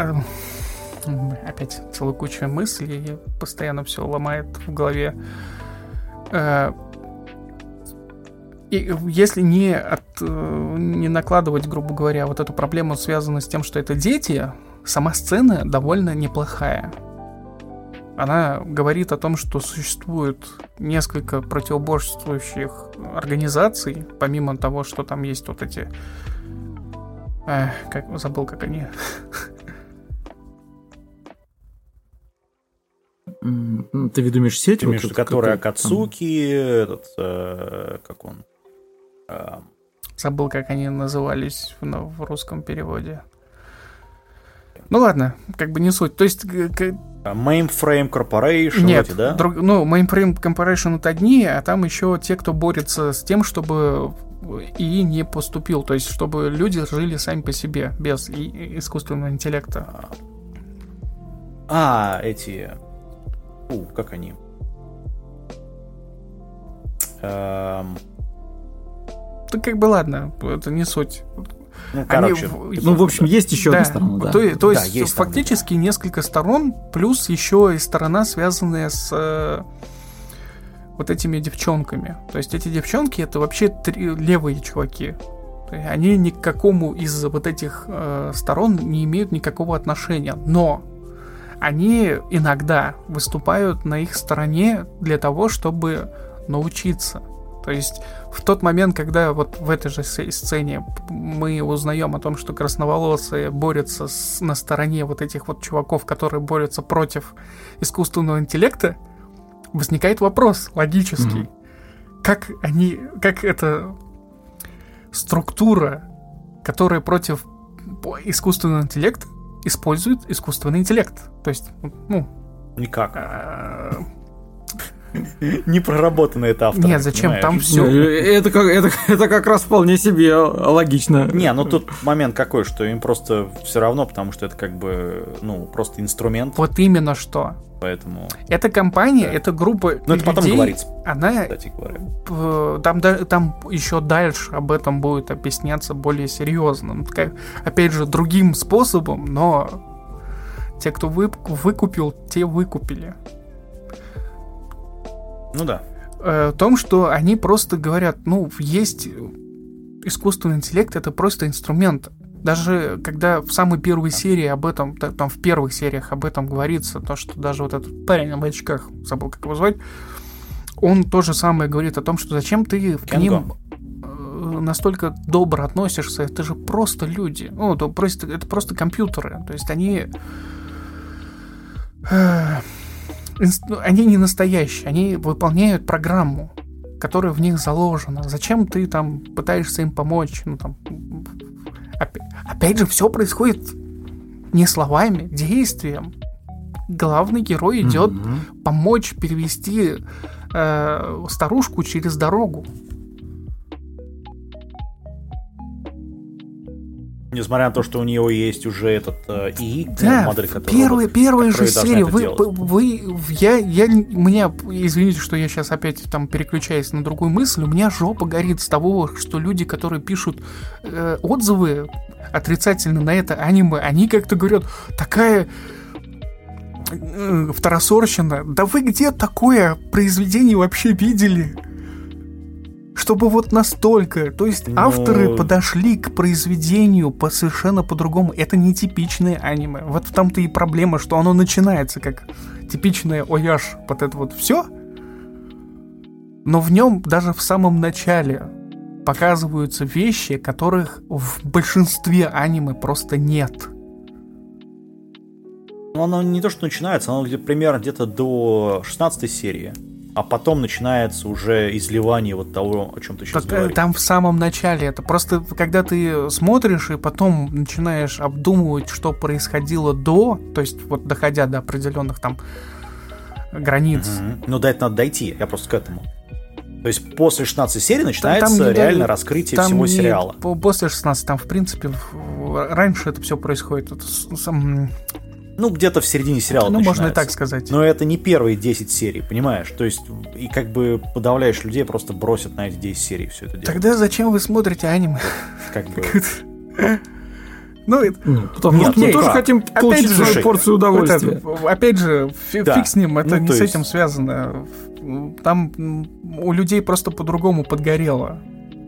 опять целая куча мыслей, и постоянно все ломает в голове. И если не, от, не накладывать, грубо говоря, вот эту проблему, связанную с тем, что это дети, сама сцена довольно неплохая. Она говорит о том, что существует несколько противоборствующих организаций, помимо того, что там есть вот эти... Э, как, забыл, как они... Ты видумишь сеть? Ты имеешь в виду, которая Акацуки, этот, э, как он? Э... Забыл, как они назывались в, в русском переводе. Ну ладно, как бы не суть. То есть... Mainframe Corporation, нет, эти, да? Друг, ну, Mainframe Corporation это одни, а там еще те, кто борется с тем, чтобы ИИ не поступил. То есть, чтобы люди жили сами по себе, без и- искусственного интеллекта. А, эти... У, как они? Эм... Да как бы ладно, это не суть. Ну, короче, Они, ну, в общем, есть еще да, одна сторона, да. То, то да, есть, есть фактически там, да. несколько сторон, плюс еще и сторона, связанная с э, вот этими девчонками. То есть эти девчонки это вообще три, левые чуваки. Они ни к какому из вот этих э, сторон не имеют никакого отношения. Но они иногда выступают на их стороне для того, чтобы научиться. То есть в тот момент, когда вот в этой же сцене мы узнаем о том, что красноволосые борются с, на стороне вот этих вот чуваков, которые борются против искусственного интеллекта, возникает вопрос логический. Mm-hmm. Как они, как эта структура, которая против искусственного интеллекта, использует искусственный интеллект? То есть, ну... Никак. Не проработано это автором. Нет, зачем? Понимаешь? Там все. Это как, это, это как раз вполне себе логично. Не, ну тут момент какой, что им просто все равно, потому что это как бы, ну, просто инструмент. Вот именно что. Поэтому... Эта компания, да. эта группа ну, это людей, потом говорится, она... кстати говоря. Там, там еще дальше об этом будет объясняться более серьезно. Опять же, другим способом, но те, кто выкупил, те выкупили. Ну да. О том, что они просто говорят, ну, есть искусственный интеллект, это просто инструмент. Даже когда в самой первой серии об этом, там в первых сериях об этом говорится, то, что даже вот этот парень в очках, забыл, как его звать, он то же самое говорит о том, что зачем ты к ним настолько добро относишься, это же просто люди. Ну, это просто, это просто компьютеры. То есть они... Они не настоящие, они выполняют программу, которая в них заложена. Зачем ты там пытаешься им помочь? Ну, там, опять, опять же, все происходит не словами, действием. Главный герой идет mm-hmm. помочь перевести э, старушку через дорогу. Несмотря на то, что у нее есть уже этот э, ИИ, да, модель, которая первая, первая же серия, вы, вы, вы, я, я, у меня, извините, что я сейчас опять там переключаюсь на другую мысль, у меня жопа горит с того, что люди, которые пишут э, отзывы отрицательно на это аниме, они как-то говорят, такая э, второсорщина, да вы где такое произведение вообще видели? чтобы вот настолько. То есть Но... авторы подошли к произведению по совершенно по-другому. Это не типичное аниме. Вот в том-то и проблема, что оно начинается как типичное ояж, вот это вот все. Но в нем даже в самом начале показываются вещи, которых в большинстве аниме просто нет. Ну, оно не то, что начинается, оно где примерно где-то до шестнадцатой серии. А потом начинается уже изливание вот того, о чем ты сейчас так, говоришь. Там в самом начале. Это просто, когда ты смотришь и потом начинаешь обдумывать, что происходило до, то есть вот доходя до определенных там границ. Угу. Ну, до этого надо дойти, я просто к этому. То есть после шестнадцатой серии начинается там, там реально не, раскрытие там всего не, сериала. После шестнадцатой, там в принципе раньше это все происходит. Это сам... Ну, где-то в середине сериала Ну, начинается. можно и так сказать. Но это не первые десять серий, понимаешь? То есть, и как бы подавляешь людей, просто бросят на эти десять серий все это дело. Тогда зачем вы смотрите аниме? Как бы... Ну, это... ну, потому что мы тоже хотим получить свою порцию удовольствия. Опять же, фиг с ним, это не с этим связано. Там у людей просто по-другому подгорело.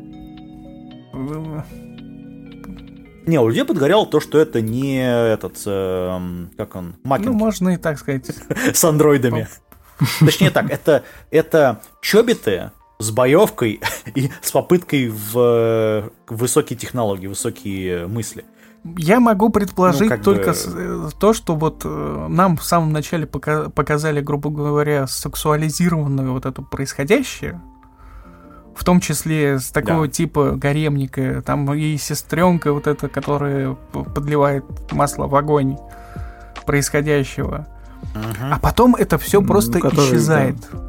Не, у людей подгорело то, что это не этот, э, как он, Макинг. Ну, можно и так сказать. С андроидами. Точнее так, это, это чобиты с боевкой и с попыткой в высокие технологии, высокие мысли. Я могу предположить ну, только бы... то, что вот нам в самом начале пока- показали, грубо говоря, сексуализированную вот это происходящее, в том числе с такого да. типа гаремника, там и сестренка вот эта, которая подливает масло в огонь происходящего. Uh-huh. А потом это все просто ну, исчезает. Да.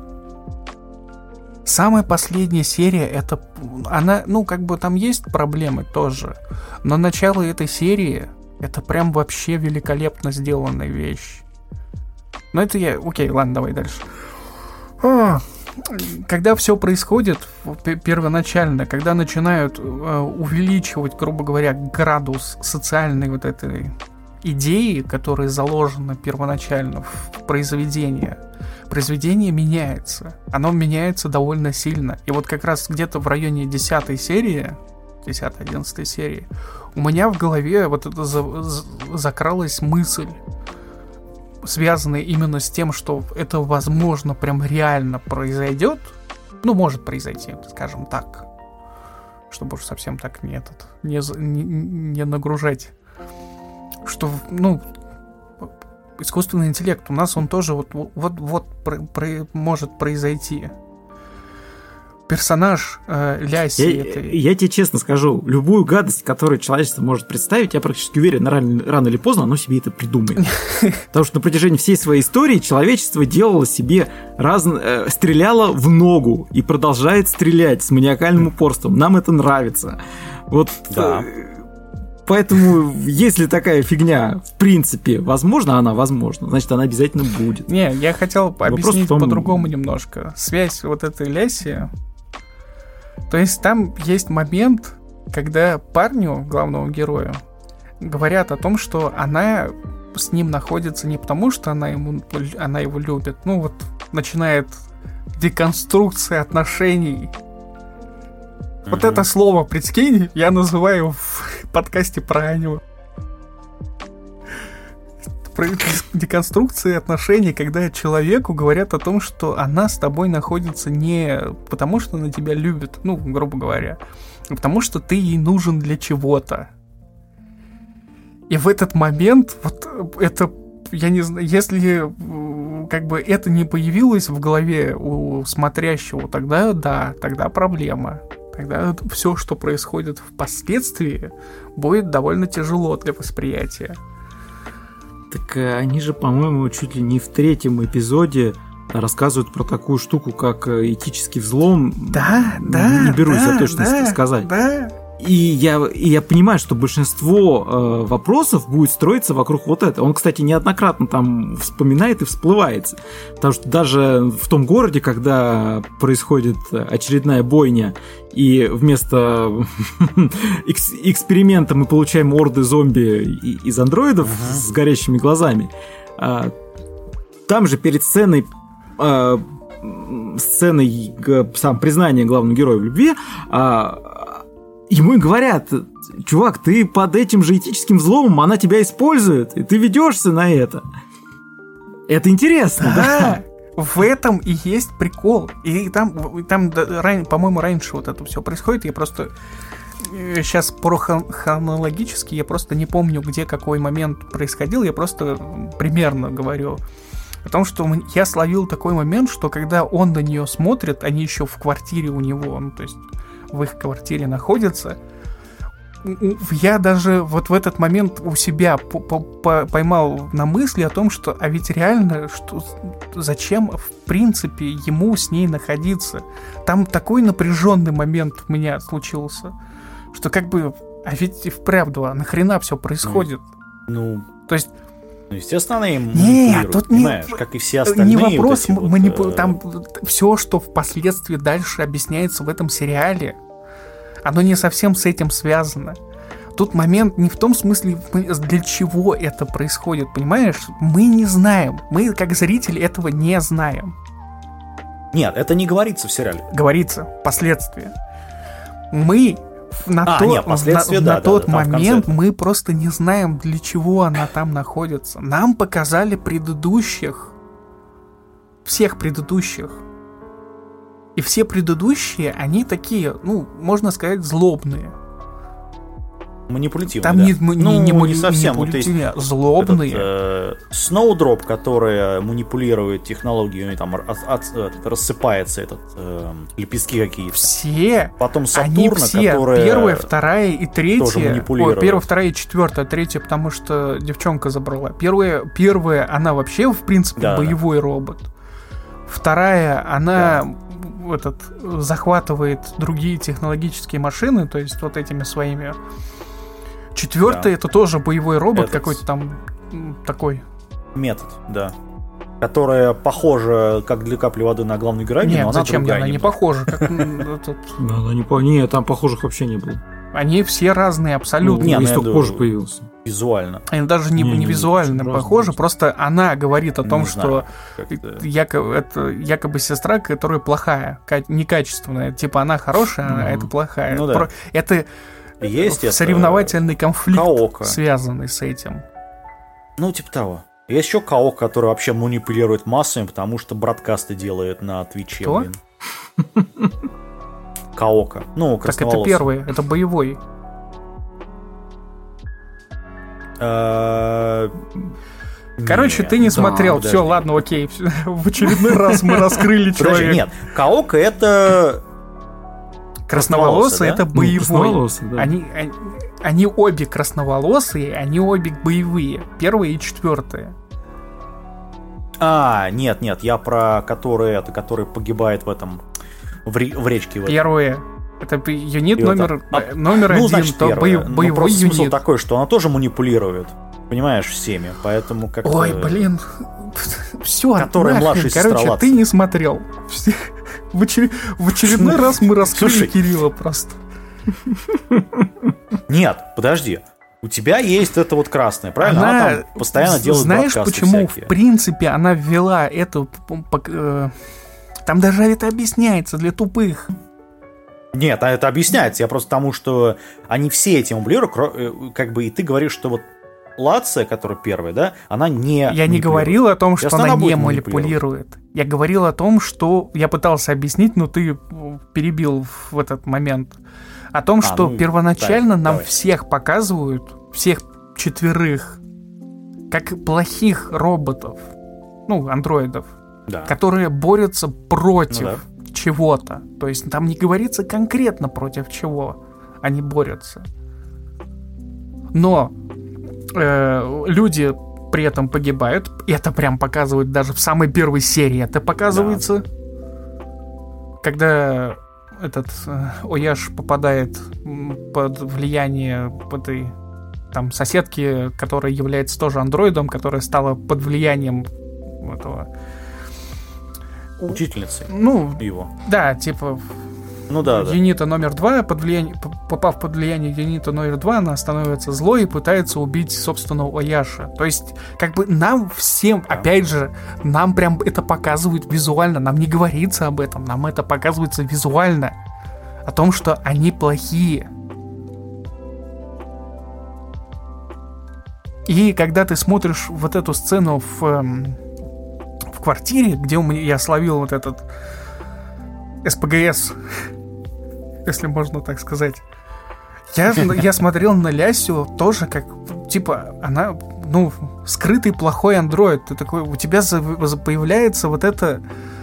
Самая последняя серия, это она, ну, как бы там есть проблемы тоже, но начало этой серии, это прям вообще великолепно сделанная вещь. Но это я... Окей, ладно, давай дальше. А, когда все происходит первоначально, когда начинают э, увеличивать, грубо говоря, градус социальной вот этой идеи, которая заложена первоначально в произведении, произведение меняется. Оно меняется довольно сильно. И вот как раз где-то в районе десятой серии, десятой-одиннадцатой серии, у меня в голове вот это за- за- закралась мысль, связанная именно с тем, что это, возможно, прям реально произойдет. Ну, может произойти, скажем так. Чтобы уж совсем так не, этот, не, не, не нагружать. Что, ну... искусственный интеллект у нас, он тоже вот, вот, вот про, про, может произойти. Персонаж э, Ляси... Я, этой... я тебе честно скажу, любую гадость, которую человечество может представить, я практически уверен, рано, рано или поздно оно себе это придумает. Потому что на протяжении всей своей истории человечество делало себе разно... Э, стреляло в ногу и продолжает стрелять с маниакальным упорством. Нам это нравится. Вот... Да. Поэтому, если такая фигня, в принципе, возможна, она возможна, значит, она обязательно будет. Не, я хотел Вопрос объяснить том... по-другому немножко. Связь вот этой Ляси. То есть там есть момент, когда парню, главному герою, говорят о том, что она с ним находится не потому, что она, ему, она его любит. Ну вот, начинает деконструкция отношений. Вот это слово, прикинь, я называю в подкасте про аниме. Про деконструкции отношений, когда человеку говорят о том, что она с тобой находится не потому, что она тебя любит, ну, грубо говоря, а потому что ты ей нужен для чего-то. И в этот момент, вот это, я не знаю, если как бы это не появилось в голове у смотрящего, тогда да, тогда проблема. Тогда все, что происходит впоследствии, будет довольно тяжело для восприятия. Так они же, по-моему, чуть ли не в третьем эпизоде рассказывают про такую штуку, как этический взлом. Да, да. Не берусь да, за точность да, сказать. Да. И я, и я понимаю, что большинство э, вопросов будет строиться вокруг вот этого. Он, кстати, неоднократно там вспоминает и всплывает. Потому что даже в том городе, когда происходит очередная бойня, и вместо эксперимента мы получаем орды зомби из андроидов uh-huh. с горящими глазами, э, там же перед сценой э, сценой сам признания главного героя в любви, а, ему и говорят: чувак, ты под этим же этическим взломом, она тебя использует, и ты ведешься на это. Это интересно, да? да? В этом и есть прикол. И там, там по-моему, раньше вот это все происходит. Я просто сейчас про хронологически, я просто не помню, где какой момент происходил. Я просто примерно говорю о том, что я словил такой момент, что когда он на нее смотрит, они еще в квартире у него, ну, то есть в их квартире находятся. Я даже вот в этот момент у себя поймал на мысли о том, что а ведь реально, что зачем в принципе ему с ней находиться? Там такой напряженный момент у меня случился, что как бы, а ведь и вправду, а нахрена все происходит? Ну, то есть... Ну, естественно, она им манипулирует, тут понимаешь, не, как и все остальные. Не вопрос, вот манипу... вот, там все, что впоследствии дальше объясняется в этом сериале, оно не совсем с этим связано. Тут момент не в том смысле, для чего это происходит, понимаешь? Мы не знаем. Мы, как зрители, этого не знаем. Нет, это не говорится в сериале. Говорится. Последствия. Мы на, а, то, нет, последствия, на, да, на да, тот да, момент мы просто не знаем, для чего она там находится. Нам показали предыдущих. Всех предыдущих. И все предыдущие, они такие, ну, можно сказать, злобные. Манипулятивные, там да. не, ну, не, не, не совсем. Вот есть злобные. Этот, э, Сноудроп, который манипулирует технологиями, там от, от, от, рассыпается этот э, лепестки какие-то. Все. Потом Сатурна, они все. которая Первая, вторая и третья. Тоже манипулирует. О, первая, вторая и четвертая. Третья, потому что девчонка забрала. Первая, первая она вообще, в принципе, да, боевой да. робот. Вторая, она... Да. этот, захватывает другие технологические машины, то есть вот этими своими. Четвертый, да. это тоже боевой робот, этот... какой-то там такой. Метод, да. Которая похожа, как для капли воды, на главную героиню, Нет, но она зачем другая. Она не похожа. Она не по... Нет, там похожих вообще не было. Они все разные абсолютно. Нет, ну, только позже появился. Визуально. Они даже не, не, не визуально похожи, просто она говорит о том, не что знаю, якобы, это якобы сестра, которая плохая, некачественная. Типа она хорошая, mm-hmm. а это плохая. Ну, да. Это есть соревновательный это... конфликт, Каока. связанный с этим. Ну, типа того. Есть еще Каока, который вообще манипулирует массами, потому что бродкасты делает на Твиче. Кто? Каока. Ну, так это первый, это боевой. Короче, ты не смотрел. Все, ладно, окей. В очередной раз мы раскрыли человека. Нет, Каока это... Красноволосый это боевой. Они обе красноволосые, они обе боевые. Первые и четвертые. А, нет, нет, я про который это, который погибает в этом... В, ре, в речке. В Первые. Это юнит номер, а, номер ну, один, значит, то боев, ну, боевой юнит. Смысл такой, что она тоже манипулирует, понимаешь, всеми, поэтому как-то... Ой, блин, все, которая младшая сестра короче, Латца. Ты не смотрел. В, очер... в очередной раз мы раскрыли Слушай, Кирилла просто. Нет, подожди. У тебя есть это вот красное, правильно? Она, она там постоянно делает знаешь, почему, всякие. В принципе, она ввела эту... Там даже это объясняется для тупых. Нет, а это объясняется. Я просто тому, что они все эти манипулируют, как бы, и ты говоришь, что вот Латция, которая первая, да, она не Я не говорил о том, что она, она не манипулирует. Я говорил о том, что... Я пытался объяснить, но ты перебил в этот момент. О том, а, что ну, первоначально да, нам давай. всех показывают, всех четверых, как плохих роботов, ну, андроидов, да. которые борются против ну, да. чего-то. То есть там не говорится конкретно против чего они борются. Но э, люди при этом погибают. И это прям показывают даже в самой первой серии. Это показывается, да. когда этот э, Ояж попадает под влияние этой там соседки, которая является тоже андроидом, которая стала под влиянием этого... Учительницы ну, его. Да, типа... ну, да, юнита да. номер два, под влияние, попав под влияние юнита номер два, она становится злой и пытается убить собственного Ояши. То есть, как бы нам всем, да. опять же, нам прям это показывают визуально, нам не говорится об этом, нам это показывается визуально, о том, что они плохие. И когда ты смотришь вот эту сцену в, в квартире, где у меня, я словил вот этот эс пэ гэ эс, если можно так сказать, я, я смотрел на Лясю тоже как, типа, она, ну, скрытый плохой андроид. Ты такой, у тебя за, за, появляется вот это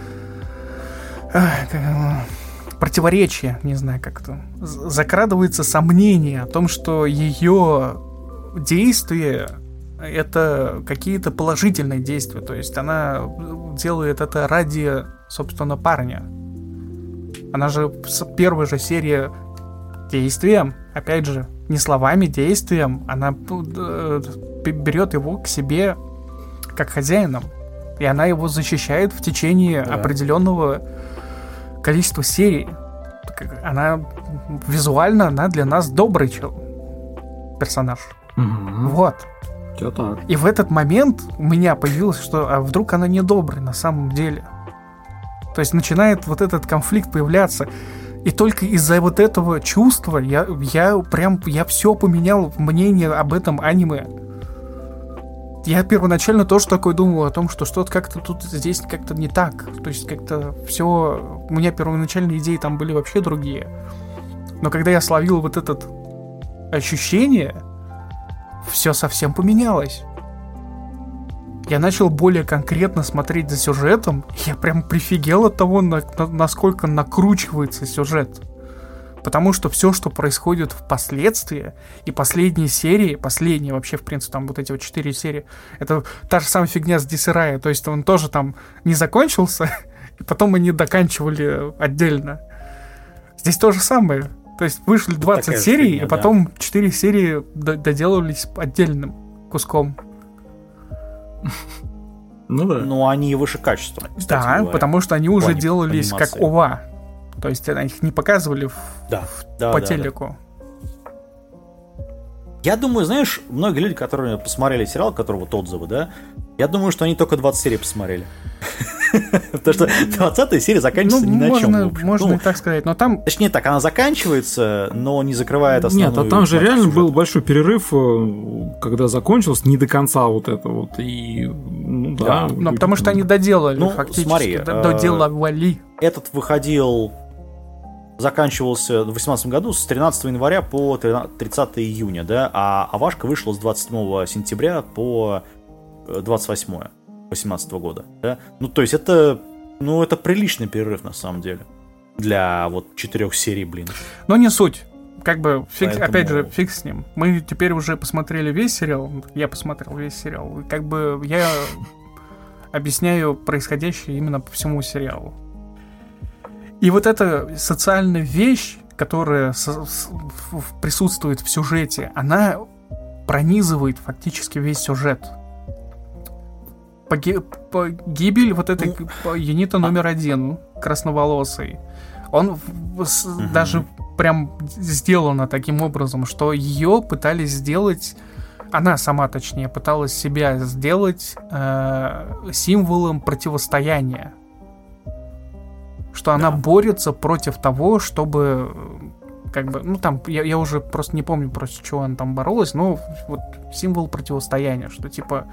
э, противоречие, не знаю как это, закрадывается сомнение о том, что ее действия это какие-то положительные действия, то есть она делает это ради, собственно, парня. Она же с первой же серии действием, опять же, не словами, действием, она берет его к себе как хозяином, и она его защищает в течение да. определенного количества серий. Она визуально, она для нас добрый чел, персонаж. Угу. Вот. Все так. И в этот момент у меня появилось, что а вдруг она не добрая на самом деле. То есть начинает вот этот конфликт появляться. И только из-за вот этого чувства я, я прям я все поменял мнение об этом аниме. Я первоначально тоже такой думал о том, что что-то как-то тут здесь как-то не так. То есть как-то все... У меня первоначальные идеи там были вообще другие. Но когда я словил вот это ощущение, все совсем поменялось. Я начал более конкретно смотреть за сюжетом. Я прям прифигел от того, на, на, насколько накручивается сюжет. Потому что все, что происходит впоследствии, и последние серии, последние вообще, в принципе, там вот эти вот четыре серии, это та же самая фигня с Дисерай. То есть он тоже там не закончился, и потом они доканчивали отдельно. Здесь то же самое. То есть вышли двадцать Такая серий, фигня, и потом да. четыре серии доделывались отдельным куском. Ну да. Ну, они выше качества. Да, говоря. Потому что они уже делались анимации. Как ОВА. То есть их не показывали в, да. В, да, по да, телеку. Да. Я думаю, знаешь, многие люди, которые посмотрели сериал, который вот отзывы, да, я думаю, что они только двадцать серий посмотрели. Потому что двадцатая серия заканчивается ни на чем. Можно и так сказать, но там... Точнее так, она заканчивается, но не закрывает основную... Нет, а там же реально был большой перерыв, когда закончилось не до конца вот это вот, и... Ну да. Ну, потому что они доделали, фактически. Доделали. Этот выходил... Заканчивался в восемнадцатом году с тринадцатого января по тридцатого июня, да, а Авашка вышла с двадцать седьмого сентября по двадцать восьмое восемнадцатого года, да. Ну, то есть это, ну, это приличный перерыв на самом деле для вот четырех серий, блин. Но не суть. Как бы, фиг, Поэтому... опять же, фиг с ним. Мы теперь уже посмотрели весь сериал, я посмотрел весь сериал, и как бы я объясняю происходящее именно по всему сериалу. И вот эта социальная вещь, которая с- с- присутствует в сюжете, она пронизывает фактически весь сюжет. Поги- погибель вот этой ну, юнита номер один, красноволосой, он с- угу. даже прям сделано таким образом, что ее пытались сделать, она сама точнее пыталась себя сделать э- символом противостояния. Что она да. борется против того, чтобы, как бы, ну там, я, я уже просто не помню, против чего она там боролась, но вот символ противостояния, что типа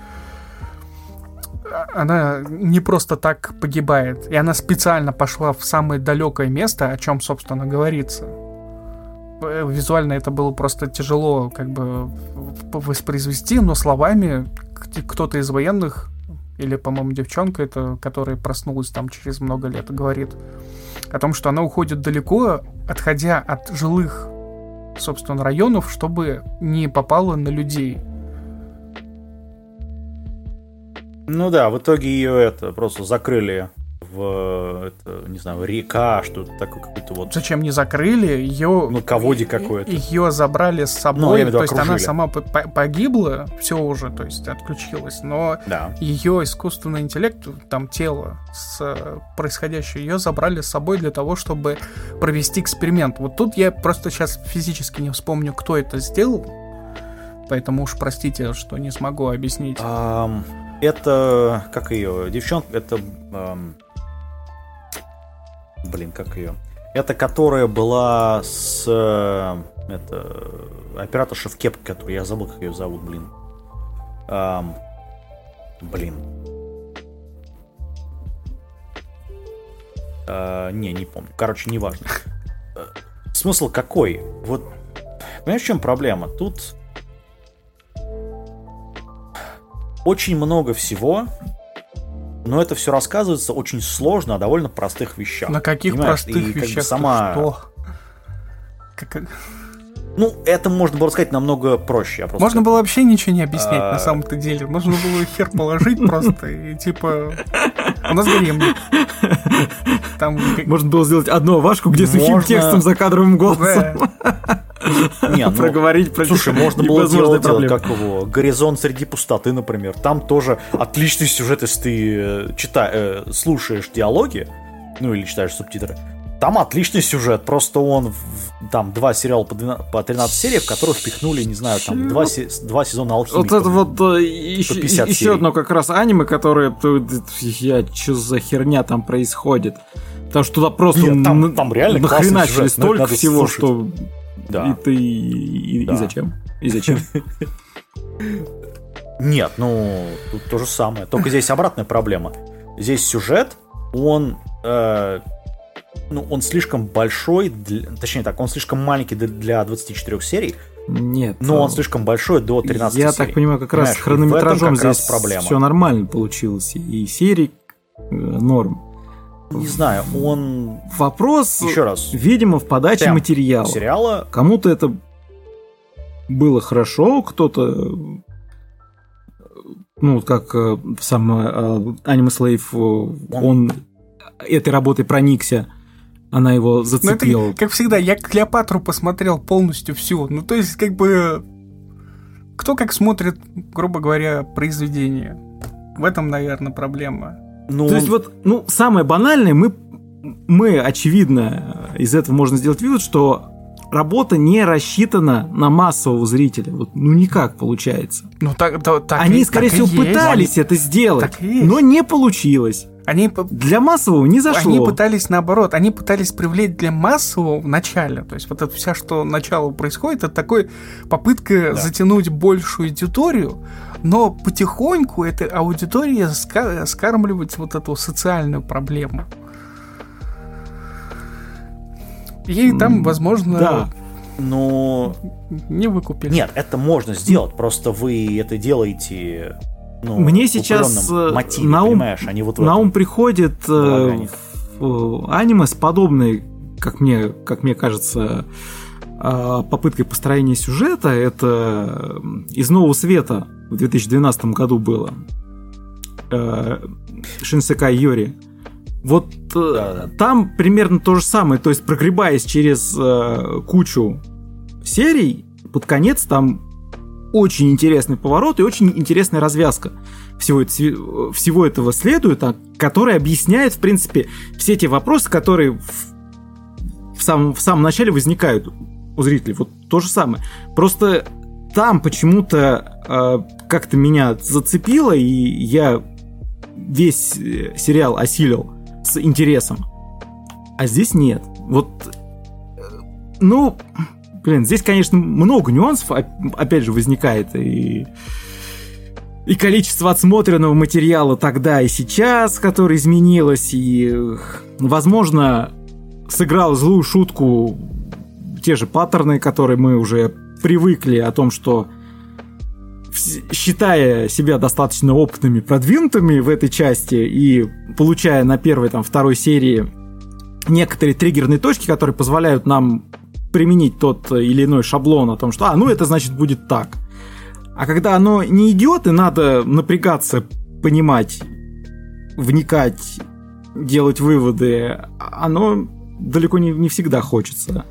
она не просто так погибает, и она специально пошла в самое далекое место, о чем, собственно, говорится. Визуально это было просто тяжело, как бы, воспроизвести, но словами кто-то из военных, или, по-моему, девчонка, это, которая проснулась там через много лет, говорит о том, что она уходит далеко, отходя от жилых, собственно, районов, чтобы не попала на людей. Ну да, в итоге ее это просто закрыли в, это, не знаю, река, что-то такое, какой-то вот... Зачем не закрыли? Ее... Ну, ководе какое-то. Ее забрали с собой, ну, я имею в виду, то есть окружили. она сама погибла, все уже, то есть отключилась, но да. ее искусственный интеллект, там тело с происходящее, ее забрали с собой для того, чтобы провести эксперимент. Вот тут я просто сейчас физически не вспомню, кто это сделал, поэтому уж простите, что не смогу объяснить. Um, это, как ее, девчонка, это, um, блин, как ее, это которая была с, это, операторша в кепке, которую я забыл, как ее зовут, блин, um, блин, uh, не, не помню, короче, неважно. Смысл какой? Вот, понимаешь, в чем проблема? Тут очень много всего, но это все рассказывается очень сложно о довольно простых вещах. На каких понимаешь? простых И, вещах? Как бы, сама... Что? Как... Ну, это можно было сказать намного проще. Можно просто... было вообще ничего не объяснять а... на самом-то деле. Можно было хер положить просто и типа... У нас гаремник. Там... Можно было сделать одну овашку, где можно... сухим текстом за кадровым голосом. Не, ну, проговорить про слушай, можно было делать, делать как его «Горизонт среди пустоты», например. Там тоже отличный сюжет, если ты чита, э, слушаешь диалоги, ну или читаешь субтитры. Там отличный сюжет, просто он в, там два сериала по, двенадцать, по тринадцать серий, в которых впихнули, не знаю, там два, два сезона «Алхимика». Вот это вот э, еще, еще одно как раз аниме, которое... Я, что за херня там происходит? Потому что туда просто Нет, там, там реально нахреначили столько всего, слушать. Что... Да. И ты... И, да. и зачем? И зачем? Нет, ну, тут то же самое. Только здесь обратная проблема. Здесь сюжет, он... Э, ну, он слишком большой, для, точнее так, он слишком маленький для двадцати четырёх серий. Нет. Но он слишком большой до тринадцати Я серий. Так понимаю, как раз Понимаешь, с хронометражом здесь проблема. Все нормально получилось. И серий э, норм. Не знаю, он... Вопрос, еще раз, видимо, в подаче темп материала. Сериала... Кому-то это было хорошо, кто-то, ну, как э, сам э, Anime Slave, э, он... он этой работой проникся, она его зацепила. Ну, это, как всегда, я Клеопатру посмотрел полностью всю. Ну, то есть, как бы... Кто как смотрит, грубо говоря, произведение? В этом, наверное, проблема. Ну, то есть вот, ну, самое банальное, мы, мы, очевидно, из этого можно сделать вывод, что работа не рассчитана на массового зрителя. Вот, ну, никак получается. Ну, так, так, так Они, и, скорее так всего, пытались есть. это сделать, так но не получилось. Они, для массового не зашло. Они пытались наоборот, они пытались привлечь для массового в начале. То есть вот это вся, что начало происходит, это такой попытка да. затянуть большую аудиторию, но потихоньку эта аудитория ска- скармливать вот эту социальную проблему. И там, возможно... Да. Но... Не выкупили. Нет, это можно сделать, просто вы это делаете... Ну, мне сейчас мотиве, на, ум, а не вот на ум приходит э, аниме с подобной, как мне, как мне кажется, э, попыткой построения сюжета. Это «Из нового света» в две тысячи двенадцатом году было. Э, Шинсекай Йори. Вот э, да, да. Там примерно то же самое. То есть, прогребаясь через э, кучу серий, под конец там очень интересный поворот и очень интересная развязка всего, это, всего этого следует, а, которая объясняет, в принципе, все те вопросы, которые в, в, самом, в самом начале возникают у зрителей. Вот то же самое. Просто там почему-то э, как-то меня зацепило, и я весь сериал осилил с интересом. А здесь нет. Вот, ну... Блин, здесь, конечно, много нюансов, опять же, возникает, и, и количество отсмотренного материала тогда и сейчас, которое изменилось, и, возможно, сыграл злую шутку те же паттерны, которые мы уже привыкли о том, что, считая себя достаточно опытными, продвинутыми в этой части, и получая на первой, там, второй серии некоторые триггерные точки, которые позволяют нам применить тот или иной шаблон о том, что, а, ну это значит будет так. А когда оно не идет, и надо напрягаться, понимать, вникать делать выводы, оно далеко не, не всегда хочется.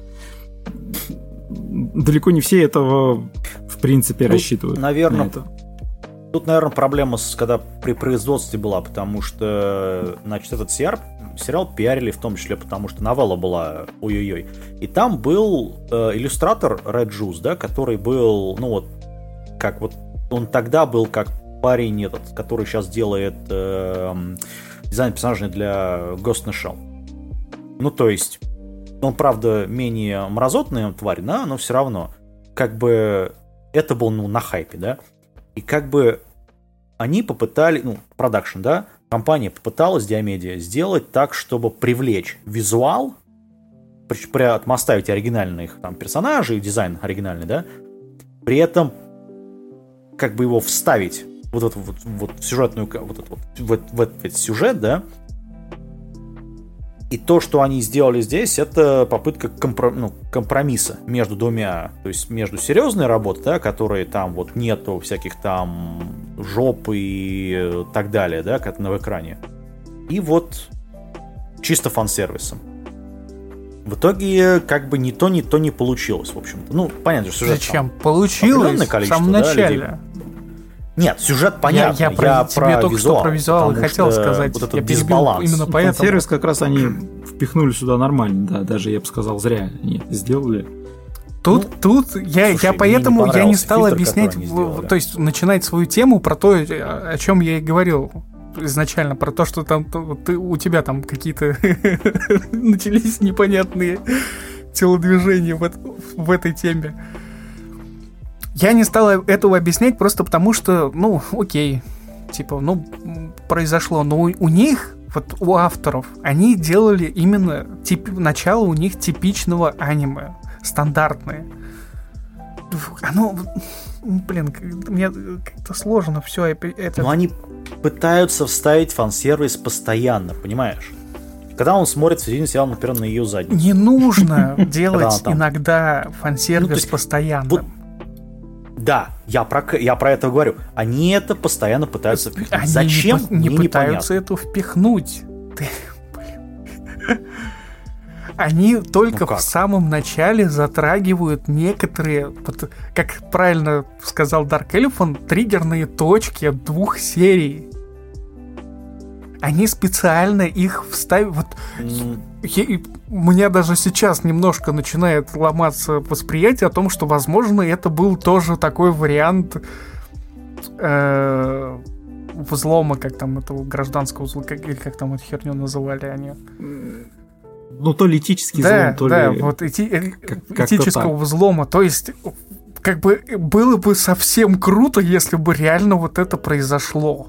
Далеко не все этого, в принципе, тут, рассчитывают. Наверное, на это. Тут, наверное, проблема, с, когда при производстве была, потому что, значит, этот сериал, сериал пиарили в том числе, потому что новелла была ой-ой-ой. И там был э, иллюстратор Red Juice, да, который был, ну вот, как вот, он тогда был как парень этот, который сейчас делает э, дизайн персонажей для Ghost in the Shell. Ну, то есть, он, правда, менее мразотная тварь, да, но все равно, как бы, это был, ну, на хайпе, да. И как бы они попытались, ну, продакшн, да, компания попыталась, Диамедиа, сделать так, чтобы привлечь визуал, при, при этом оставить оригинальных там персонажей, дизайн оригинальный, да, при этом как бы его вставить вот эту вот, вот сюжетную, вот этот вот, в, в этот сюжет, да. И то, что они сделали здесь, это попытка компро- ну, компромисса между двумя, то есть между серьезной работой, да, которой там вот нету всяких там жоп и так далее, да, как на экране, и вот чисто фан-сервисом. В итоге как бы ни то, ни то не получилось, в общем-то. Ну, понятно, что сюжет. Зачем? Получилось в самом начале. Да, нет, сюжет понятно. Я, я, про, я тебе про только визуал, что про визуал хотел сказать. Вот этот я дисбаланс. Именно поэтому. Фан-сервис как раз они впихнули сюда нормально, да, даже я бы сказал, зря они это сделали. Тут, ну, тут я, слушай, я поэтому не я не стал фильтр, объяснять, сделали, то да. есть начинать свою тему про то, о чем я и говорил изначально, про то, что там ты, у тебя там какие-то начались непонятные телодвижения в, в этой теме. Я не стал этого объяснять просто потому, что, ну, окей, типа, ну, произошло, но у, у них, вот у авторов, они делали именно тип, начало у них типичного аниме, стандартное. Оно, блин, мне как-то сложно все это... Но они пытаются вставить фан-сервис постоянно, понимаешь? Когда он смотрит один сериал, например, на ее задницу. Не нужно делать иногда фан-сервис постоянно. Да, я про, я про это говорю. Они это постоянно пытаются впихнуть. Они Зачем? Не, не пытаются непонятно. это впихнуть. Ты, блин. Они только ну в самом начале затрагивают некоторые, вот, как правильно сказал Dark Elephant, триггерные точки двух серий. Они специально их вставили. Вот, mm. я, у меня даже сейчас немножко начинает ломаться восприятие о том, что, возможно, это был тоже такой вариант э, взлома, как там этого гражданского взлома, как, как там эту херню называли они. Ну, то ли этический да, взлом, то да, ли... Да, вот эти, как, этического взлома. То есть, как бы было бы совсем круто, если бы реально вот это произошло.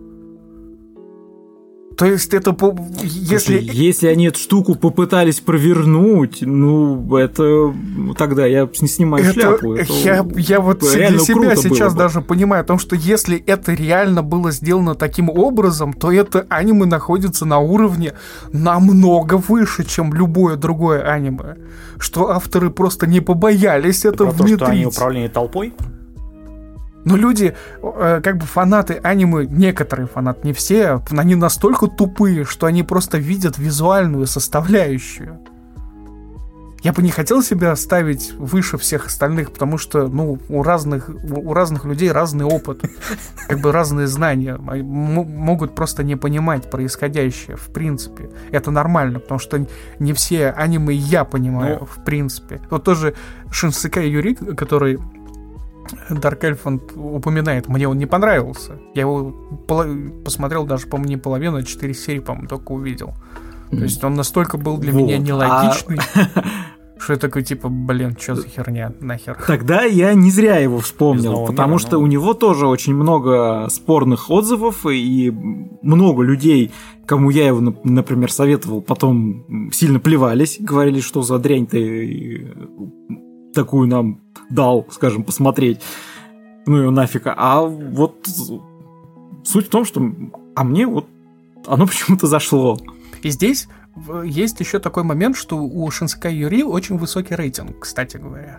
То есть это... Если... Слушай, если они эту штуку попытались провернуть, ну, это... Тогда я не снимаю это... шляпу. Это... Я, я вот для себя сейчас даже понимаю о том, что если это реально было сделано таким образом, то это аниме находится на уровне намного выше, чем любое другое аниме. Что авторы просто не побоялись Ты это про внедрить. То, что они управление толпой? Но люди, как бы фанаты аниме, некоторые фанаты, не все, они настолько тупые, что они просто видят визуальную составляющую. Я бы не хотел себя ставить выше всех остальных, потому что, ну, у разных, у разных людей разный опыт, как бы разные знания, могут просто не понимать происходящее, в принципе. Это нормально, потому что не все аниме я понимаю, ну, в принципе. Вот тоже Шинсекай Юри, который... Dark Elephant упоминает, мне он не понравился. Я его посмотрел даже, по-моему, не половину, а четыре серии, по-моему, только увидел. Mm. То есть он настолько был для вот. меня нелогичный, а... что я такой, типа, блин, что за херня, нахер. Тогда я не зря его вспомнил, Без потому мира, что но... у него тоже очень много спорных отзывов, и много людей, кому я его, например, советовал, потом сильно плевались, говорили, что за дрянь ты такую нам дал, скажем, посмотреть. Ну и нафиг. А вот суть в том, что а мне вот оно почему-то зашло. И здесь есть еще такой момент, что у Шинсекай Юри очень высокий рейтинг, кстати говоря.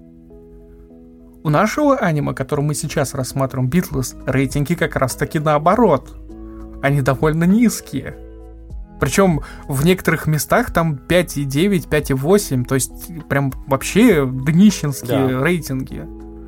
У нашего аниме, которое мы сейчас рассматриваем, Beatless, рейтинги как раз-таки наоборот. Они довольно низкие. Причем в некоторых местах там пять и девять, пять и восемь, то есть прям вообще днищенские да. рейтинги.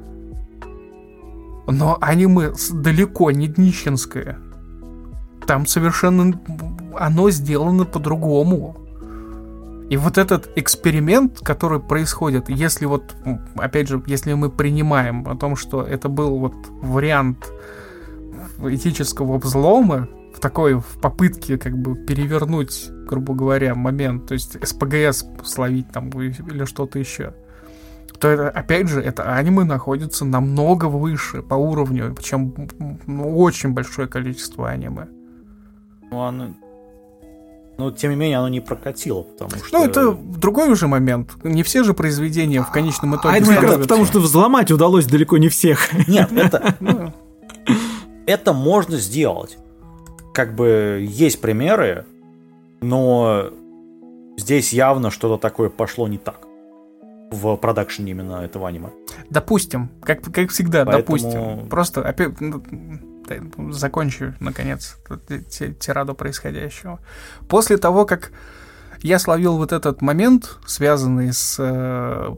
Но аниме далеко не днищенское. Там совершенно оно сделано по-другому. И вот этот эксперимент, который происходит, если вот, опять же, если мы принимаем о том, что это был вот вариант этического взлома, в такой, в попытке как бы перевернуть, грубо говоря, момент, то есть СПГС словить там или что-то еще, то это, опять же, это аниме находится намного выше по уровню, причем ну, очень большое количество аниме. Ну, оно... Но, тем не менее, оно не прокатило, потому что... Ну, это другой уже момент. Не все же произведения в конечном итоге... А это как раз потому, что взломать удалось далеко не всех. Нет, это... Это можно сделать. Как бы есть примеры, но здесь явно что-то такое пошло не так. В продакшене именно этого аниме. Допустим. Как, как всегда, Поэтому... допустим. Просто опять... закончу, наконец, тираду происходящего. После того, как я словил вот этот момент, связанный с э,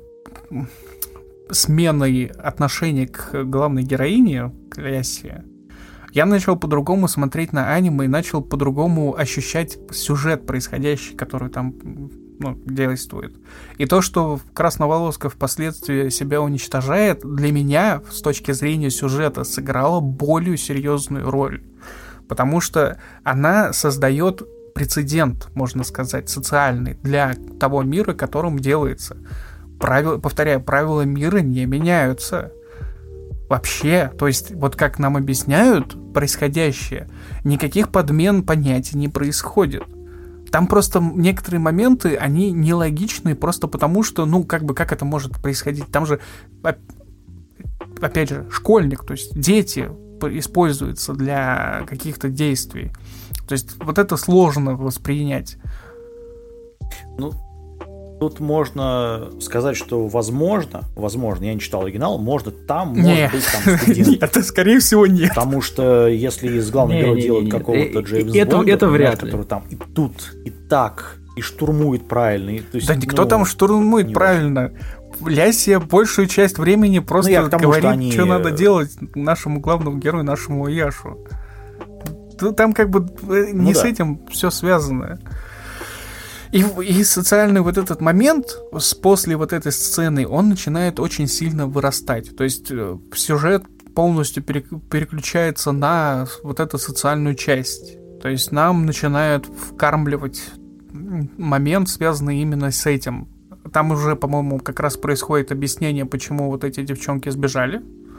сменой отношений к главной героине, к Лясе, я начал по-другому смотреть на аниме и начал по-другому ощущать сюжет происходящий, который там ну, действует. И то, что Красноволоска впоследствии себя уничтожает, для меня, с точки зрения сюжета, сыграло более серьезную роль. Потому что она создает прецедент, можно сказать, социальный для того мира, которым делается. Правила, повторяю, правила мира не меняются. Вообще, то есть, вот как нам объясняют происходящее, никаких подмен понятий не происходит. Там просто некоторые моменты, они нелогичны просто потому, что, ну, как бы, как это может происходить? Там же, опять же, школьник, то есть дети используются для каких-то действий. То есть вот это сложно воспринять. Ну, тут можно сказать, что возможно, возможно, я не читал оригинал, может там, может нет. быть там студент. Это, скорее всего, нет. Потому что если из главного героя делают какого-то Джеймса это, Бонда, это вряд ли. который там и тут, и так, и штурмует правильно. И, то есть, да ну, никто там штурмует правильно. Лясия большую часть времени просто ну, тому, говорит, что, они... что надо делать нашему главному герою, нашему Яшу. Там как бы не ну, с да. этим все связано. И, и социальный вот этот момент после вот этой сцены, он начинает очень сильно вырастать. То есть сюжет полностью переключается на вот эту социальную часть. То есть нам начинают вкармливать момент, связанный именно с этим. Там уже, по-моему, как раз происходит объяснение, почему вот эти девчонки сбежали.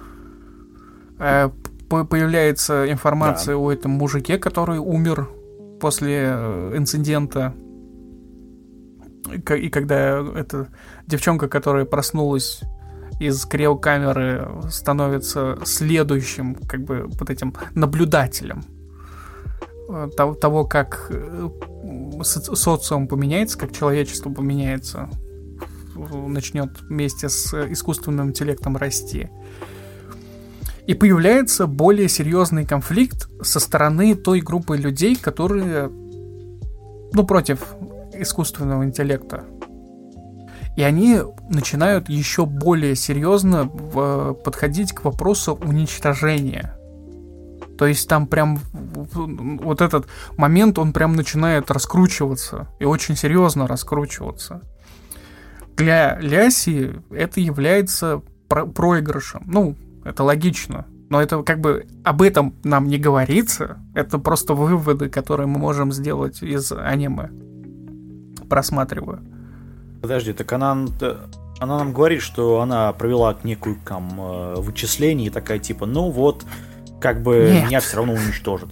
Появляется информация да. о этом мужике, который умер после инцидента. И когда эта девчонка, которая проснулась из криокамеры, становится следующим, как бы, вот этим наблюдателем того, как социум поменяется, как человечество поменяется, начнет вместе с искусственным интеллектом расти. И появляется более серьезный конфликт со стороны той группы людей, которые, ну, против искусственного интеллекта. И они начинают еще более серьезно в, подходить к вопросу уничтожения. То есть там прям вот этот момент, он прям начинает раскручиваться. И очень серьезно раскручиваться. Для Ляси это является про- проигрышем. Ну, это логично. Но это как бы об этом нам не говорится. Это просто выводы, которые мы можем сделать из аниме. Просматриваю. Подожди, так она, она нам говорит, что она провела некую там вычисление и такая типа, ну вот, как бы Нет. меня все равно уничтожат.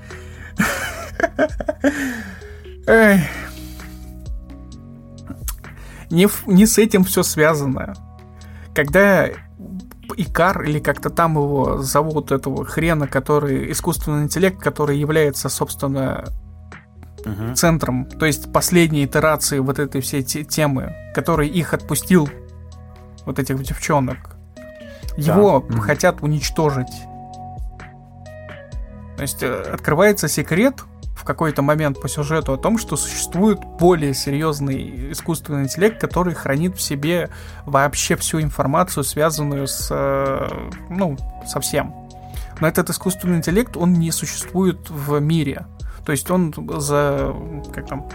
Не, не с этим все связано. Когда Икар, или как-то там его зовут, этого хрена, который искусственный интеллект, который является, собственно, uh-huh. центром, то есть последней итерации вот этой всей те- темы, который их отпустил, вот этих девчонок, его да. uh-huh. хотят уничтожить. То есть открывается секрет, в какой-то момент по сюжету о том, что существует более серьезный искусственный интеллект, который хранит в себе вообще всю информацию, связанную с, ну, со всем. Но этот искусственный интеллект, он не существует в мире. То есть он за, как там,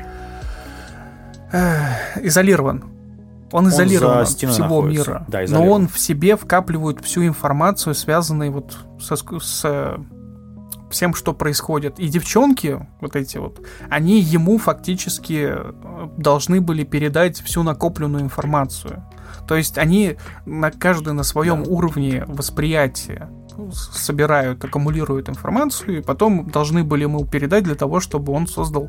э, изолирован. Он изолирован от всего мира. Да, но он в себе вкапливает всю информацию, связанную вот со, с всем, что происходит. И девчонки, вот эти вот, они ему фактически должны были передать всю накопленную информацию. То есть они на каждый на своем да. уровне восприятия собирают, аккумулируют информацию, и потом должны были ему передать для того, чтобы он создал,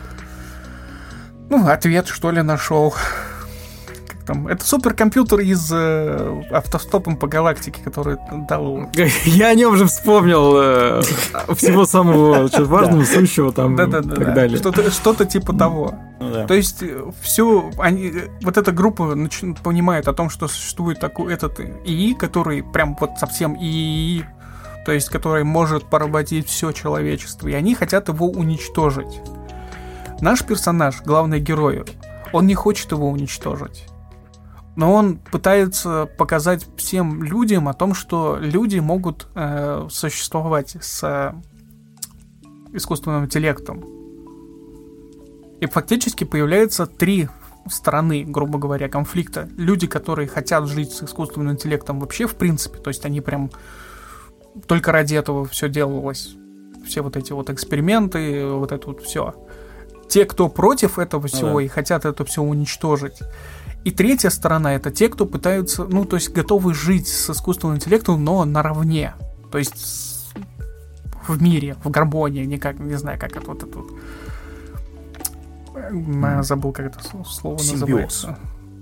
ну, ответ, что ли, нашел. Как там? Это суперкомпьютер из э, автостопом по галактике, который дал... Я о нем же вспомнил э, всего самого важного, сущего там и так далее. Что-то типа того. То есть всю они, вот эта группа нач, понимает о том, что существует такой этот ИИ, который прям вот совсем ИИ, то есть который может поработить все человечество, и они хотят его уничтожить. Наш персонаж, главный герой, он не хочет его уничтожить, но он пытается показать всем людям о том, что люди могут э, существовать с э, искусственным интеллектом. И фактически появляются три стороны, грубо говоря, конфликта. Люди, которые хотят жить с искусственным интеллектом вообще в принципе, то есть они прям только ради этого все делалось. Все вот эти вот эксперименты, вот это вот все. Те, кто против этого всего да. и хотят это все уничтожить. И третья сторона — это те, кто пытаются, ну, то есть готовы жить с искусственным интеллектом, но наравне. То есть в мире, в гармонии, никак, не знаю, как это вот это вот. Я забыл, как это слово симбиоз. Называется.